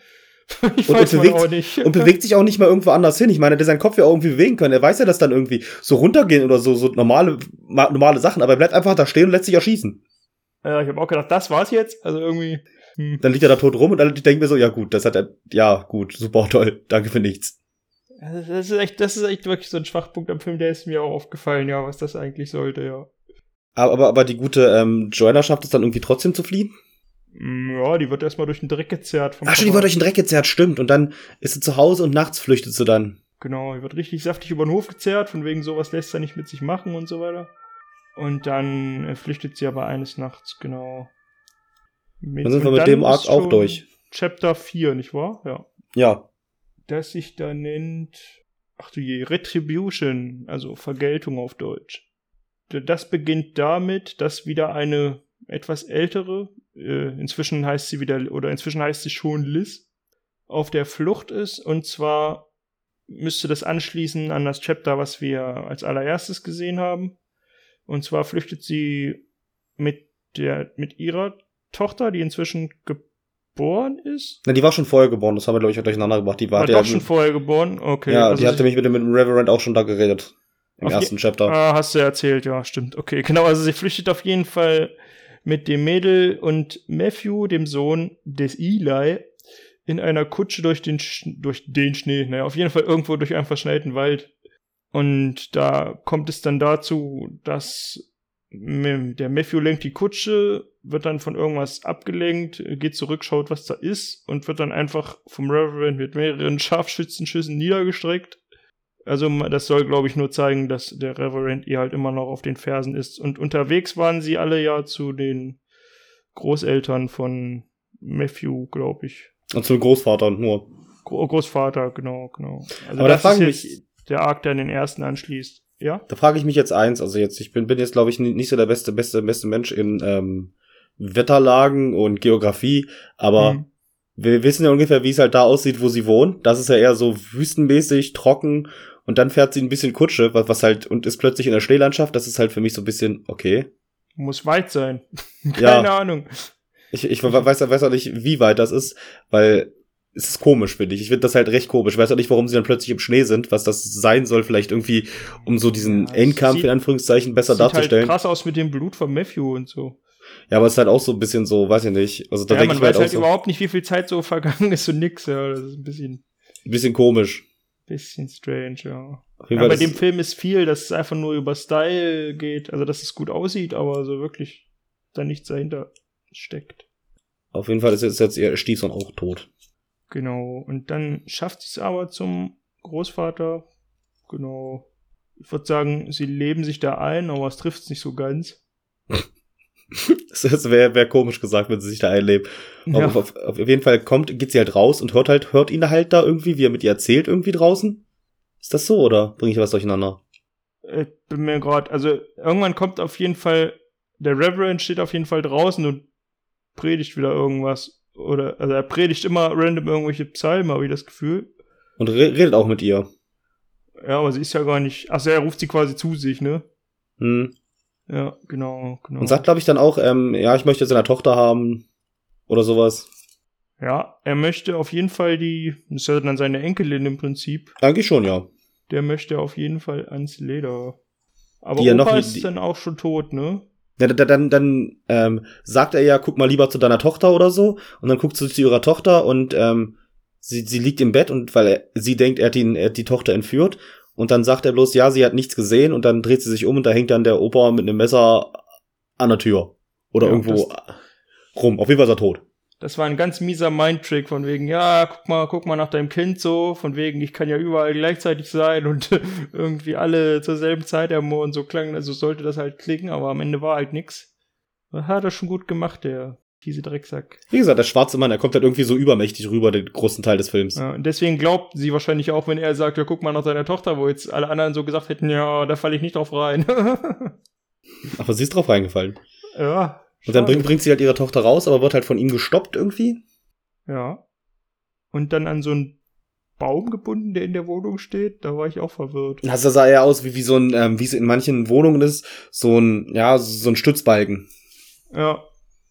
Und bewegt sich auch nicht mal irgendwo anders hin. Ich meine, der seinen Kopf ja auch irgendwie bewegen können. Er weiß ja, dass dann irgendwie so runtergehen oder so normale Sachen, aber er bleibt einfach da stehen und lässt sich erschießen. Ja, ich habe auch gedacht, das war's jetzt. Also irgendwie. Dann liegt er da tot rum und dann denken wir so, ja gut, gut, super toll, danke für nichts. Das ist echt wirklich so ein Schwachpunkt am Film, der ist mir auch aufgefallen, ja, was das eigentlich sollte, ja. Aber die gute Joanna schafft es dann irgendwie trotzdem zu fliehen? Ja, die wird erstmal durch den Dreck gezerrt. Ach schon, die wird durch den Dreck gezerrt, stimmt. Und dann ist sie zu Hause und nachts flüchtet sie dann. Genau, die wird richtig saftig über den Hof gezerrt, von wegen sowas lässt er nicht mit sich machen und so weiter. Und dann flüchtet sie aber eines Nachts, genau. Dann sind wir mit dem Arc auch durch. Chapter 4, nicht wahr? Ja. Ja. das sich da nennt, ach du je, Retribution, also Vergeltung auf Deutsch. Das beginnt damit, dass wieder eine etwas ältere, inzwischen heißt sie schon Liz, auf der Flucht ist. Und zwar müsste das anschließen an das Chapter, was wir als allererstes gesehen haben. Und zwar flüchtet sie mit ihrer Tochter, die inzwischen geboren ist. Na, die war schon vorher geboren, das haben wir, glaube ich, durcheinander gebracht. Die war doch schon vorher geboren, okay. Ja, also die hatte mich mit dem Reverend auch schon da geredet. Im ersten Chapter. Ah, hast du erzählt, ja, stimmt. Okay, genau, also sie flüchtet auf jeden Fall mit dem Mädel und Matthew, dem Sohn des Eli, in einer Kutsche durch den Schnee. Naja, auf jeden Fall irgendwo durch einen verschneiten Wald. Und da kommt es dann dazu, dass der Matthew lenkt die Kutsche, wird dann von irgendwas abgelenkt, geht zurück, schaut, was da ist und wird dann einfach vom Reverend mit mehreren Scharfschützenschüssen niedergestreckt. Also das soll, glaube ich, nur zeigen, dass der Reverend ihr halt immer noch auf den Fersen ist. Und unterwegs waren sie alle ja zu den Großeltern von Matthew, glaube ich. Und zu dem Großvater nur. Großvater, genau. Also aber da frage ich mich, der Arc, der an den ersten anschließt. Ja? Da frage ich mich jetzt eins, also jetzt, ich bin jetzt, glaube ich, nicht so der beste Mensch in Wetterlagen und Geografie, aber wir wissen ja ungefähr, wie es halt da aussieht, wo sie wohnt. Das ist ja eher so wüstenmäßig, trocken, und dann fährt sie ein bisschen Kutsche, was halt, und ist plötzlich in der Schneelandschaft. Das ist halt für mich so ein bisschen, okay. Muss weit sein. Keine Ahnung. Ich weiß auch nicht, wie weit das ist, weil es ist komisch, finde ich. Ich finde das halt recht komisch. Ich weiß auch nicht, warum sie dann plötzlich im Schnee sind, was das sein soll, vielleicht irgendwie, um so diesen Endkampf in Anführungszeichen besser darzustellen. Sieht halt krass aus mit dem Blut von Matthew und so. Ja, aber es ist halt auch so ein bisschen so, weiß ich nicht. Also da denke ich mir halt auch so, überhaupt nicht, wie viel Zeit so vergangen ist und nix, ja. Das ist ein bisschen komisch. Bisschen strange, ja. Aber bei dem Film ist viel, dass es einfach nur über Style geht, also dass es gut aussieht, aber so wirklich da nichts dahinter steckt. Auf jeden Fall ist jetzt ihr Stiefsohn auch tot. Genau, und dann schafft sie es aber zum Großvater. Genau. Ich würde sagen, sie leben sich da ein, aber es trifft es nicht so ganz. Das wäre komisch gesagt, wenn sie sich da einleben. Ja. Auf jeden Fall geht sie halt raus und hört ihn halt da irgendwie, wie er mit ihr erzählt, irgendwie draußen. Ist das so, oder bringe ich was durcheinander? Ich bin mir gerade, also irgendwann kommt auf jeden Fall, der Reverend steht auf jeden Fall draußen und predigt wieder irgendwas. Also er predigt immer random irgendwelche Psalmen, habe ich das Gefühl. Und redet auch mit ihr. Ja, aber sie ist ja gar nicht, also er ruft sie quasi zu sich, ne? Ja, genau. Und sagt, glaube ich, dann auch, ich möchte jetzt eine Tochter haben oder sowas. Ja, er möchte auf jeden Fall das ist ja dann seine Enkelin im Prinzip. Eigentlich schon, ja. Der möchte auf jeden Fall ans Leder. Aber Opa ist dann auch schon tot, ne? Ja, dann sagt er ja, guck mal lieber zu deiner Tochter oder so. Und dann guckt sie zu ihrer Tochter und sie liegt im Bett, und weil sie denkt, er hat die Tochter entführt. Und dann sagt er bloß, ja, sie hat nichts gesehen, und dann dreht sie sich um und da hängt dann der Opa mit einem Messer an der Tür. Oder irgendwo rum. Auf jeden Fall ist er tot. Das war ein ganz mieser Mindtrick von wegen, ja, guck mal nach deinem Kind so, von wegen, ich kann ja überall gleichzeitig sein und irgendwie alle zur selben Zeit ermorden, so klang, also sollte das halt klingen, aber am Ende war halt nix. Hat er schon gut gemacht, der fiese Drecksack. Wie gesagt, der schwarze Mann, er kommt halt irgendwie so übermächtig rüber, den großen Teil des Films. Ja, und deswegen glaubt sie wahrscheinlich auch, wenn er sagt, ja, guck mal nach seiner Tochter, wo jetzt alle anderen so gesagt hätten, ja, da falle ich nicht drauf rein. Aber sie ist drauf reingefallen. Ja. Und dann bringt sie halt ihre Tochter raus, aber wird halt von ihm gestoppt irgendwie. Ja. Und dann an so einen Baum gebunden, der in der Wohnung steht. Da war ich auch verwirrt. Das sah eher aus wie so ein, wie es in manchen Wohnungen ist, so ein Stützbalken. Ja.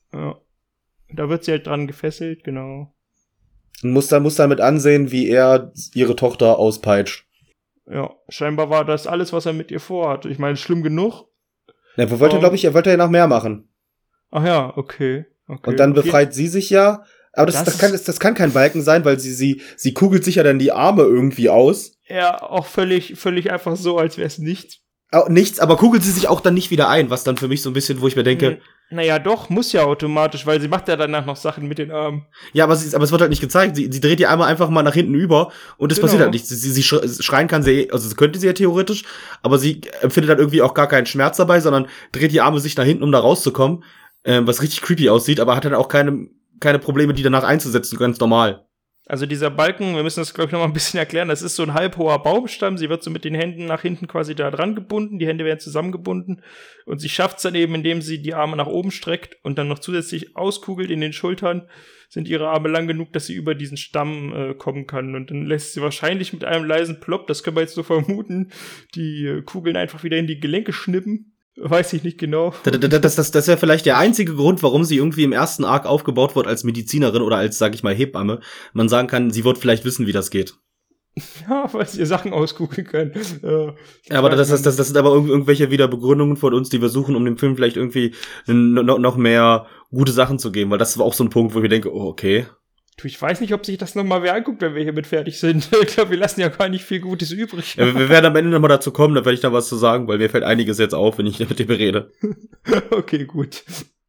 Da wird sie halt dran gefesselt, genau. Und muss damit ansehen, wie er ihre Tochter auspeitscht. Ja, scheinbar war das alles, was er mit ihr vorhatte. Ich meine, schlimm genug. Ja, er wollte ja noch mehr machen. Ach ja, okay. Und dann befreit sie sich ja. Aber das kann kein Balken sein, weil sie kugelt sich ja dann die Arme irgendwie aus. Ja, auch völlig einfach so, als wäre es nichts. Nichts, aber kugelt sie sich auch dann nicht wieder ein, was dann für mich so ein bisschen, wo ich mir denke. Naja, doch, muss ja automatisch, weil sie macht ja danach noch Sachen mit den Armen. Ja, aber es wird halt nicht gezeigt. Sie dreht die Arme einfach mal nach hinten über und es passiert halt nicht. Sie schreien kann sie, also könnte sie ja theoretisch, aber sie empfindet halt irgendwie auch gar keinen Schmerz dabei, sondern dreht die Arme sich nach hinten, um da rauszukommen, was richtig creepy aussieht, aber hat dann auch keine Probleme, die danach einzusetzen, ganz normal. Also dieser Balken, wir müssen das, glaube ich, noch mal ein bisschen erklären, das ist so ein halbhoher Baumstamm, sie wird so mit den Händen nach hinten quasi da dran gebunden, die Hände werden zusammengebunden und sie schafft es dann eben, indem sie die Arme nach oben streckt und dann noch zusätzlich auskugelt in den Schultern, sind ihre Arme lang genug, dass sie über diesen Stamm kommen kann und dann lässt sie wahrscheinlich mit einem leisen Plopp, das können wir jetzt so vermuten, die Kugeln einfach wieder in die Gelenke schnippen. Weiß ich nicht genau. Das wäre vielleicht der einzige Grund, warum sie irgendwie im ersten Arc aufgebaut wird als Medizinerin oder als, sag ich mal, Hebamme. Man sagen kann, sie wird vielleicht wissen, wie das geht. Ja, weil sie ihr Sachen ausgucken kann. Aber das sind aber irgendwelche wieder Begründungen von uns, die wir suchen, um dem Film vielleicht irgendwie noch mehr gute Sachen zu geben. Weil das war auch so ein Punkt, wo ich denke, oh, okay. Du, ich weiß nicht, ob sich das nochmal wer anguckt, wenn wir hiermit fertig sind. Ich glaube, wir lassen ja gar nicht viel Gutes übrig. Ja, wir werden am Ende nochmal dazu kommen, da werde ich da was zu sagen, weil mir fällt einiges jetzt auf, wenn ich mit dir berede. Okay, gut.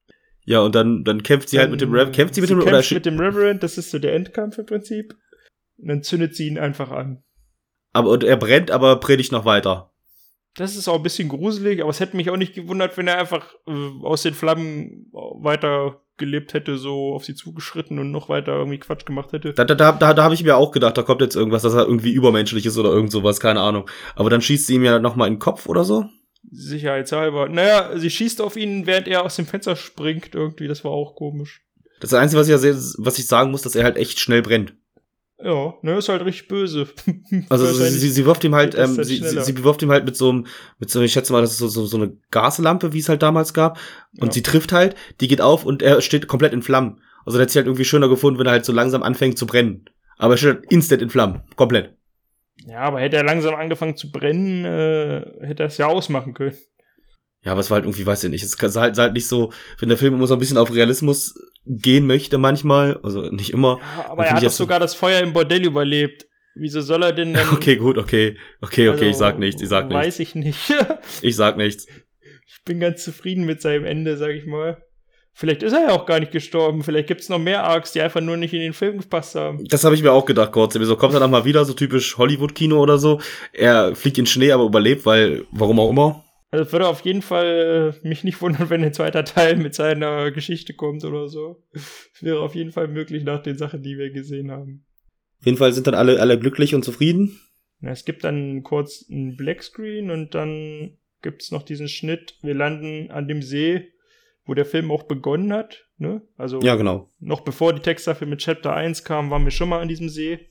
Ja, und dann kämpft sie halt mit dem Reverend. Kämpft mit dem Reverend, das ist so der Endkampf im Prinzip. Und dann zündet sie ihn einfach an. Und er brennt, aber predigt noch weiter. Das ist auch ein bisschen gruselig, aber es hätte mich auch nicht gewundert, wenn er einfach aus den Flammen weiter gelebt hätte, so auf sie zugeschritten und noch weiter irgendwie Quatsch gemacht hätte. Da habe ich mir auch gedacht, da kommt jetzt irgendwas, dass er irgendwie übermenschlich ist oder irgend sowas, keine Ahnung. Aber dann schießt sie ihm ja nochmal in den Kopf oder so. Sicherheitshalber. Naja, sie schießt auf ihn, während er aus dem Fenster springt irgendwie, das war auch komisch. Das ist das Einzige, was ich sagen muss, dass er halt echt schnell brennt. Ja, ne, ist halt richtig böse. Also sie wirft ihm halt, sie wirft ihm halt mit so, ich schätze mal, das ist so eine Gaslampe, wie es halt damals gab. Und sie trifft halt, die geht auf und er steht komplett in Flammen. Also der hätte sie halt irgendwie schöner gefunden, wenn er halt so langsam anfängt zu brennen. Aber er steht halt instant in Flammen. Komplett. Ja, aber hätte er langsam angefangen zu brennen, hätte er es ja ausmachen können. Ja, aber es war halt irgendwie, weiß ich nicht, es ist halt nicht so, wenn der Film immer so ein bisschen auf Realismus gehen möchte manchmal, also nicht immer. Ja, aber er hat doch sogar das Feuer im Bordell überlebt. Wieso soll er denn dann... Okay, gut, okay, also, ich sag nichts. Weiß ich nicht. Ich sag nichts. Ich bin ganz zufrieden mit seinem Ende, sag ich mal. Vielleicht ist er ja auch gar nicht gestorben, vielleicht gibt's noch mehr Arcs, die einfach nur nicht in den Film gepasst haben. Das habe ich mir auch gedacht kurz. So kommt er dann mal wieder, so typisch Hollywood-Kino oder so. Er fliegt in Schnee, aber überlebt, weil, warum auch immer. Also es würde auf jeden Fall mich nicht wundern, wenn ein zweiter Teil mit seiner Geschichte kommt oder so. Es wäre auf jeden Fall möglich nach den Sachen, die wir gesehen haben. Auf jeden Fall sind dann alle glücklich und zufrieden. Ja, es gibt dann kurz einen Blackscreen und dann gibt's noch diesen Schnitt. Wir landen an dem See, wo der Film auch begonnen hat. Ne? Also ja, genau. Noch bevor die Texttafel mit Chapter 1 kam, waren wir schon mal an diesem See.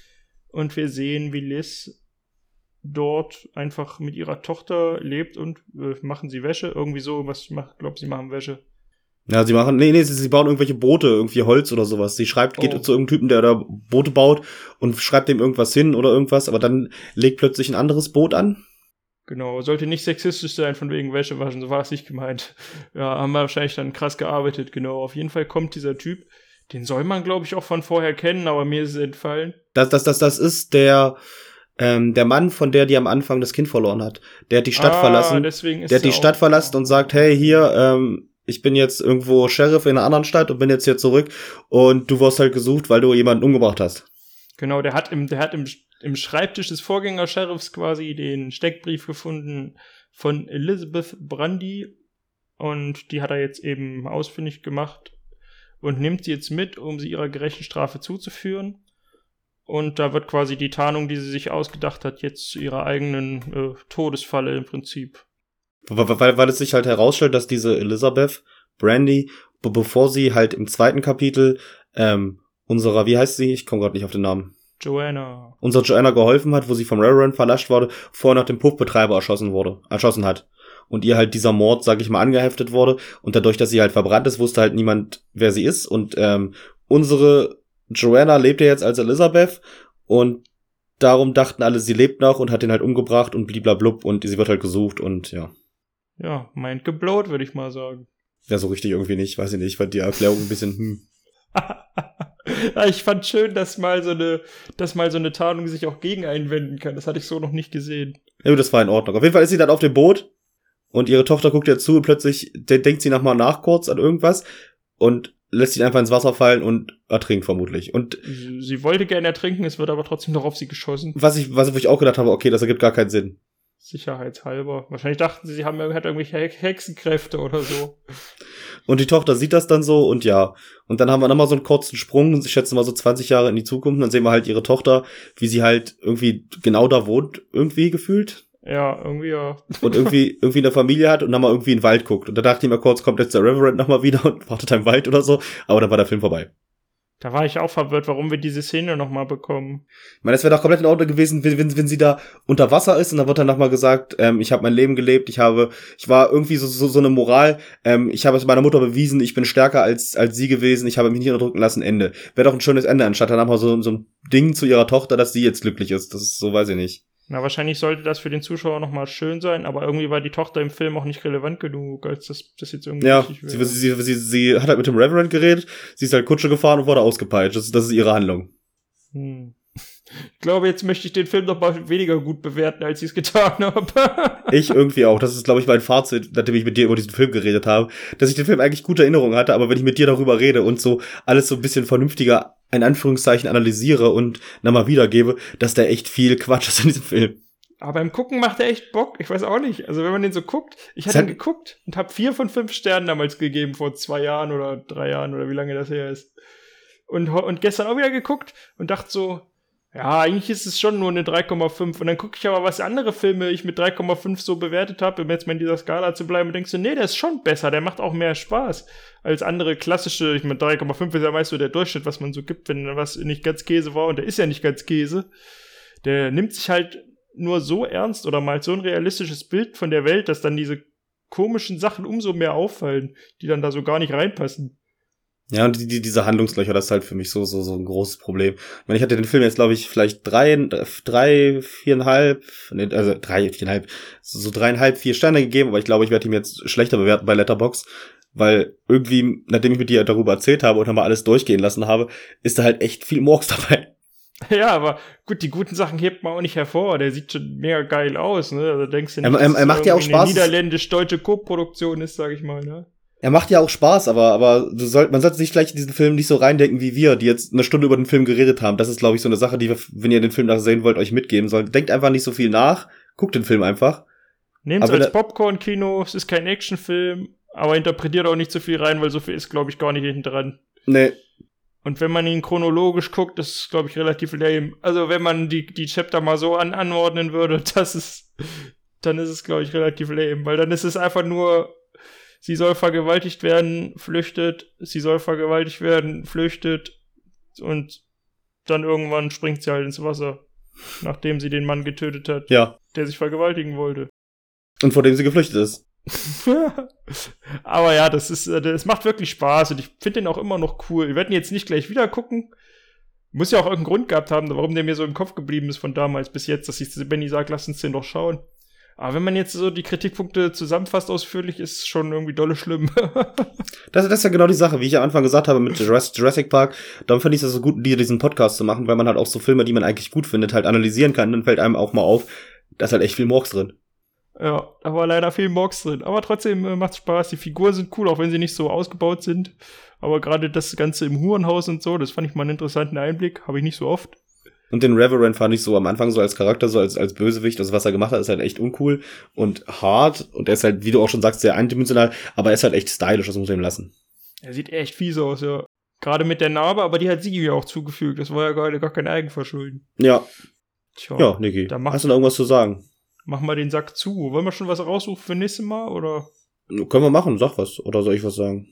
Und wir sehen, wie Liz dort einfach mit ihrer Tochter lebt und machen sie Wäsche. Irgendwie so, was ich glaube, sie machen Wäsche. Ja, sie bauen irgendwelche Boote, irgendwie Holz oder sowas. Sie geht zu irgendeinem Typen, der da Boote baut und schreibt dem irgendwas hin oder irgendwas, aber dann legt plötzlich ein anderes Boot an. Genau, sollte nicht sexistisch sein von wegen Wäsche waschen, so war es nicht gemeint. Ja, haben wir wahrscheinlich dann krass gearbeitet, genau. Auf jeden Fall kommt dieser Typ, den soll man, glaube ich, auch von vorher kennen, aber mir ist es entfallen. Das ist der Mann, von der die am Anfang das Kind verloren hat. Der hat die Stadt verlassen. Deswegen ist der hat die Stadt verlassen und sagt, hey, hier, ich bin jetzt irgendwo Sheriff in einer anderen Stadt und bin jetzt hier zurück und du wirst halt gesucht, weil du jemanden umgebracht hast. Genau, der hat im Schreibtisch des Vorgänger-Sheriffs quasi den Steckbrief gefunden von Elizabeth Brandy und die hat er jetzt eben ausfindig gemacht und nimmt sie jetzt mit, um sie ihrer gerechten Strafe zuzuführen. Und da wird quasi die Tarnung, die sie sich ausgedacht hat, jetzt zu ihrer eigenen Todesfalle im Prinzip. Weil es sich halt herausstellt, dass diese Elizabeth Brandy, bevor sie halt im zweiten Kapitel unserer, wie heißt sie? Ich komme gerade nicht auf den Namen. Unserer Joanna geholfen hat, wo sie vom Reverend verlascht wurde, vorher noch den Puffbetreiber erschossen hat. Und ihr halt dieser Mord, sag ich mal, angeheftet wurde. Und dadurch, dass sie halt verbrannt ist, wusste halt niemand, wer sie ist. Und unsere Joanna lebt ja jetzt als Elizabeth und darum dachten alle, sie lebt noch und hat den halt umgebracht und bliblablub und sie wird halt gesucht und ja. Ja, meint geblowt, würde ich mal sagen. Ja, so richtig irgendwie nicht, weiß ich nicht, ich fand die Erklärung ein bisschen, Ja, ich fand schön, dass mal so eine Tarnung sich auch gegen einwenden kann. Das hatte ich so noch nicht gesehen. Ja, das war in Ordnung. Auf jeden Fall ist sie dann auf dem Boot und ihre Tochter guckt ihr zu und plötzlich denkt sie nochmal nach kurz an irgendwas und lässt ihn einfach ins Wasser fallen und ertrinkt vermutlich. Und sie wollte gerne ertrinken, es wird aber trotzdem noch auf sie geschossen. Was ich auch gedacht habe, okay, das ergibt gar keinen Sinn. Sicherheitshalber. Wahrscheinlich dachten sie hat irgendwelche Hexenkräfte oder so. Und die Tochter sieht das dann so und ja. Und dann haben wir nochmal so einen kurzen Sprung, ich schätze mal so 20 Jahre in die Zukunft, und dann sehen wir halt ihre Tochter, wie sie halt irgendwie genau da wohnt, irgendwie gefühlt. Ja, irgendwie ja. Und irgendwie eine Familie hat und dann mal irgendwie in den Wald guckt. Und da dachte ich mir kurz, kommt jetzt der Reverend nochmal wieder und wartet da im Wald oder so. Aber dann war der Film vorbei. Da war ich auch verwirrt, warum wir diese Szene nochmal bekommen. Ich meine, es wäre doch komplett in Ordnung gewesen, wenn sie da unter Wasser ist und dann wird dann nochmal gesagt, ich habe mein Leben gelebt, ich war irgendwie so eine Moral, ich habe es meiner Mutter bewiesen, ich bin stärker als sie gewesen, ich habe mich nicht unterdrücken lassen, Ende. Wäre doch ein schönes Ende, anstatt dann nochmal so ein Ding zu ihrer Tochter, dass sie jetzt glücklich ist. Das ist so, weiß ich nicht. Na, wahrscheinlich sollte das für den Zuschauer nochmal schön sein, aber irgendwie war die Tochter im Film auch nicht relevant genug, als das jetzt irgendwie wichtig wäre. Sie hat halt mit dem Reverend geredet, sie ist halt Kutsche gefahren und wurde ausgepeitscht. Das ist ihre Handlung. Ich glaube, jetzt möchte ich den Film noch mal weniger gut bewerten, als ich es getan habe. Ich irgendwie auch. Das ist, glaube ich, mein Fazit, nachdem ich mit dir über diesen Film geredet habe, dass ich den Film eigentlich gute Erinnerungen hatte, aber wenn ich mit dir darüber rede und so alles so ein bisschen vernünftiger in Anführungszeichen analysiere und nochmal wiedergebe, dass da echt viel Quatsch ist in diesem Film. Aber beim Gucken macht er echt Bock. Ich weiß auch nicht. Also wenn man den so guckt, ich hatte ihn geguckt und habe 4 von 5 Sternen damals gegeben, vor 2 Jahren oder 3 Jahren oder wie lange das her ist. Und gestern auch wieder geguckt und dachte so, ja, eigentlich ist es schon nur eine 3,5. Und dann gucke ich aber, was andere Filme ich mit 3,5 so bewertet habe, um jetzt mal in dieser Skala zu bleiben, und denkst du, nee, der ist schon besser, der macht auch mehr Spaß als andere klassische. Ich meine, 3,5 ist ja meist so der Durchschnitt, was man so gibt, wenn was nicht ganz Käse war, und der ist ja nicht ganz Käse. Der nimmt sich halt nur so ernst oder malt so ein realistisches Bild von der Welt, dass dann diese komischen Sachen umso mehr auffallen, die dann da so gar nicht reinpassen. Ja, und diese Handlungslöcher, das ist halt für mich so ein großes Problem. Ich meine, ich hatte den Film jetzt, glaube ich, vielleicht 4,5, so 3,5, 4 Sterne gegeben, aber ich glaube, ich werde ihm jetzt schlechter bewerten bei Letterboxd, weil irgendwie, nachdem ich mit dir darüber erzählt habe und nochmal alles durchgehen lassen habe, ist da halt echt viel Murks dabei. Ja, aber gut, die guten Sachen hebt man auch nicht hervor. Der sieht schon mega geil aus, ne? Also denkst du nicht, dass er macht ja auch Spaß. Eine niederländisch-deutsche Co-Produktion ist, sag ich mal, ne? Er macht ja auch Spaß, aber man sollte sich vielleicht in diesen Film nicht so reindenken wie wir, die jetzt eine Stunde über den Film geredet haben. Das ist, glaube ich, so eine Sache, die wir, wenn ihr den Film nachher sehen wollt, euch mitgeben sollen. Denkt einfach nicht so viel nach, guckt den Film einfach. Nehmt es als Popcorn-Kino, es ist kein Actionfilm, aber interpretiert auch nicht so viel rein, weil so viel ist, glaube ich, gar nicht hinten dran. Nee. Und wenn man ihn chronologisch guckt, das ist, glaube ich, relativ lame. Also wenn man die Chapter mal so anordnen würde, dann ist es, glaube ich, relativ lame. Weil dann ist es einfach nur, sie soll vergewaltigt werden, flüchtet, sie soll vergewaltigt werden, flüchtet und dann irgendwann springt sie halt ins Wasser, nachdem sie den Mann getötet hat, ja, der sich vergewaltigen wollte. Und vor dem sie geflüchtet ist. Aber ja, das macht wirklich Spaß und ich finde den auch immer noch cool. Wir werden jetzt nicht gleich wieder gucken. Muss ja auch irgendeinen Grund gehabt haben, warum der mir so im Kopf geblieben ist von damals bis jetzt, dass ich zu Benny sage, lass uns den doch schauen. Aber wenn man jetzt so die Kritikpunkte zusammenfasst ausführlich, ist es schon irgendwie dolle schlimm. Das ist ja genau die Sache, wie ich am Anfang gesagt habe mit Jurassic Park. Darum finde ich es so gut, diesen Podcast zu machen, weil man halt auch so Filme, die man eigentlich gut findet, halt analysieren kann. Dann fällt einem auch mal auf, da ist halt echt viel Murks drin. Ja, da war leider viel Murks drin. Aber trotzdem macht's Spaß. Die Figuren sind cool, auch wenn sie nicht so ausgebaut sind. Aber gerade das Ganze im Hurenhaus und so, das fand ich mal einen interessanten Einblick. Habe ich nicht so oft. Und den Reverend fand ich so am Anfang so als Charakter, so als Bösewicht. Also was er gemacht hat, ist halt echt uncool und hart. Und er ist halt, wie du auch schon sagst, sehr eindimensional. Aber er ist halt echt stylisch, das muss man ihm lassen. Er sieht echt fies aus, ja. Gerade mit der Narbe, aber die hat sie ihm ja auch zugefügt. Das war ja gar kein Eigenverschulden. Ja. Tja, ja, Niki, hast du noch irgendwas zu sagen? Mach mal den Sack zu. Wollen wir schon was raussuchen für nächstes Mal, oder? Können wir machen, sag was. Oder soll ich was sagen?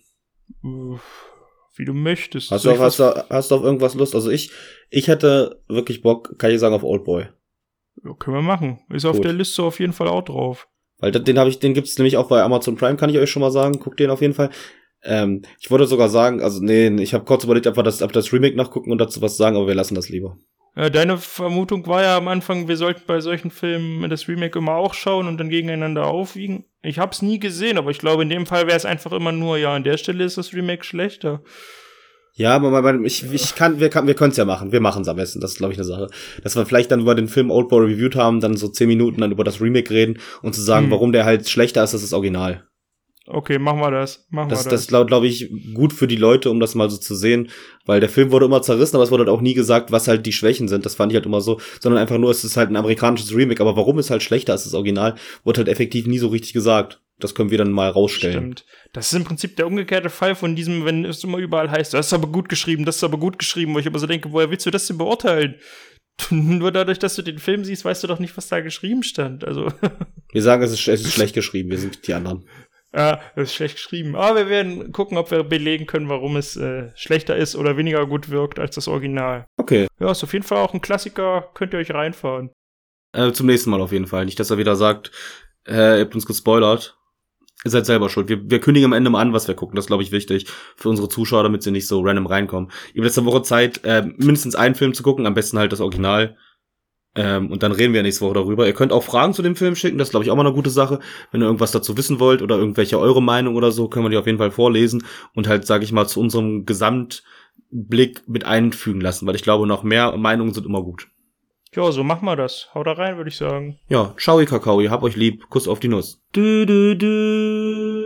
Wie du möchtest. Hast du auf irgendwas Lust? Also ich hätte wirklich Bock, kann ich sagen, auf Oldboy. Ja, können wir machen. Ist auf der Liste auf jeden Fall auch drauf. Weil den gibt's nämlich auch bei Amazon Prime, kann ich euch schon mal sagen. Guckt den auf jeden Fall. Ich wollte sogar sagen, also nee, ich habe kurz überlegt, ob wir das Remake nachgucken und dazu was sagen, aber wir lassen das lieber. Deine Vermutung war ja am Anfang, wir sollten bei solchen Filmen das Remake immer auch schauen und dann gegeneinander aufwiegen. Ich hab's nie gesehen, aber ich glaube, in dem Fall wäre es einfach immer nur, ja, an der Stelle ist das Remake schlechter. Ja, aber wir können es ja machen. Wir machen es am besten. Das ist, glaube ich, eine Sache. Dass wir vielleicht dann über den Film Oldboy reviewed haben, dann so 10 Minuten dann über das Remake reden und zu sagen, warum der halt schlechter ist als das Original. Okay, machen wir das. Das ist, glaube ich, gut für die Leute, um das mal so zu sehen, weil der Film wurde immer zerrissen, aber es wurde halt auch nie gesagt, was halt die Schwächen sind. Das fand ich halt immer so, sondern einfach nur, es ist halt ein amerikanisches Remake, aber warum ist halt schlechter als das Original, wurde halt effektiv nie so richtig gesagt. Das können wir dann mal rausstellen. Stimmt. Das ist im Prinzip der umgekehrte Fall von diesem, wenn es immer überall heißt, das ist aber gut geschrieben, wo ich immer so denke, woher willst du das denn beurteilen? Nur dadurch, dass du den Film siehst, weißt du doch nicht, was da geschrieben stand. Also Wir sagen, es ist schlecht geschrieben, wir sind die anderen. Ja, das ist schlecht geschrieben. Aber wir werden gucken, ob wir belegen können, warum es schlechter ist oder weniger gut wirkt als das Original. Okay. Ja, ist auf jeden Fall auch ein Klassiker. Könnt ihr euch reinfahren. Zum nächsten Mal auf jeden Fall. Nicht, dass er wieder sagt, ihr habt uns gespoilert. Ihr seid selber schuld. Wir kündigen am Ende mal an, was wir gucken. Das ist, glaube ich, wichtig für unsere Zuschauer, damit sie nicht so random reinkommen. Ihr habt letzte Woche Zeit, mindestens einen Film zu gucken, am besten halt das Original. Und dann reden wir nächste Woche darüber. Ihr könnt auch Fragen zu dem Film schicken, das ist, glaube ich, auch mal eine gute Sache. Wenn ihr irgendwas dazu wissen wollt oder irgendwelche eure Meinung oder so, können wir die auf jeden Fall vorlesen und halt, sage ich mal, zu unserem Gesamtblick mit einfügen lassen, weil ich glaube, noch mehr Meinungen sind immer gut. Ja, so machen wir das. Haut da rein, würde ich sagen. Ja, ciao, Kakao, ihr habt euch lieb. Kuss auf die Nuss. Du, du, du.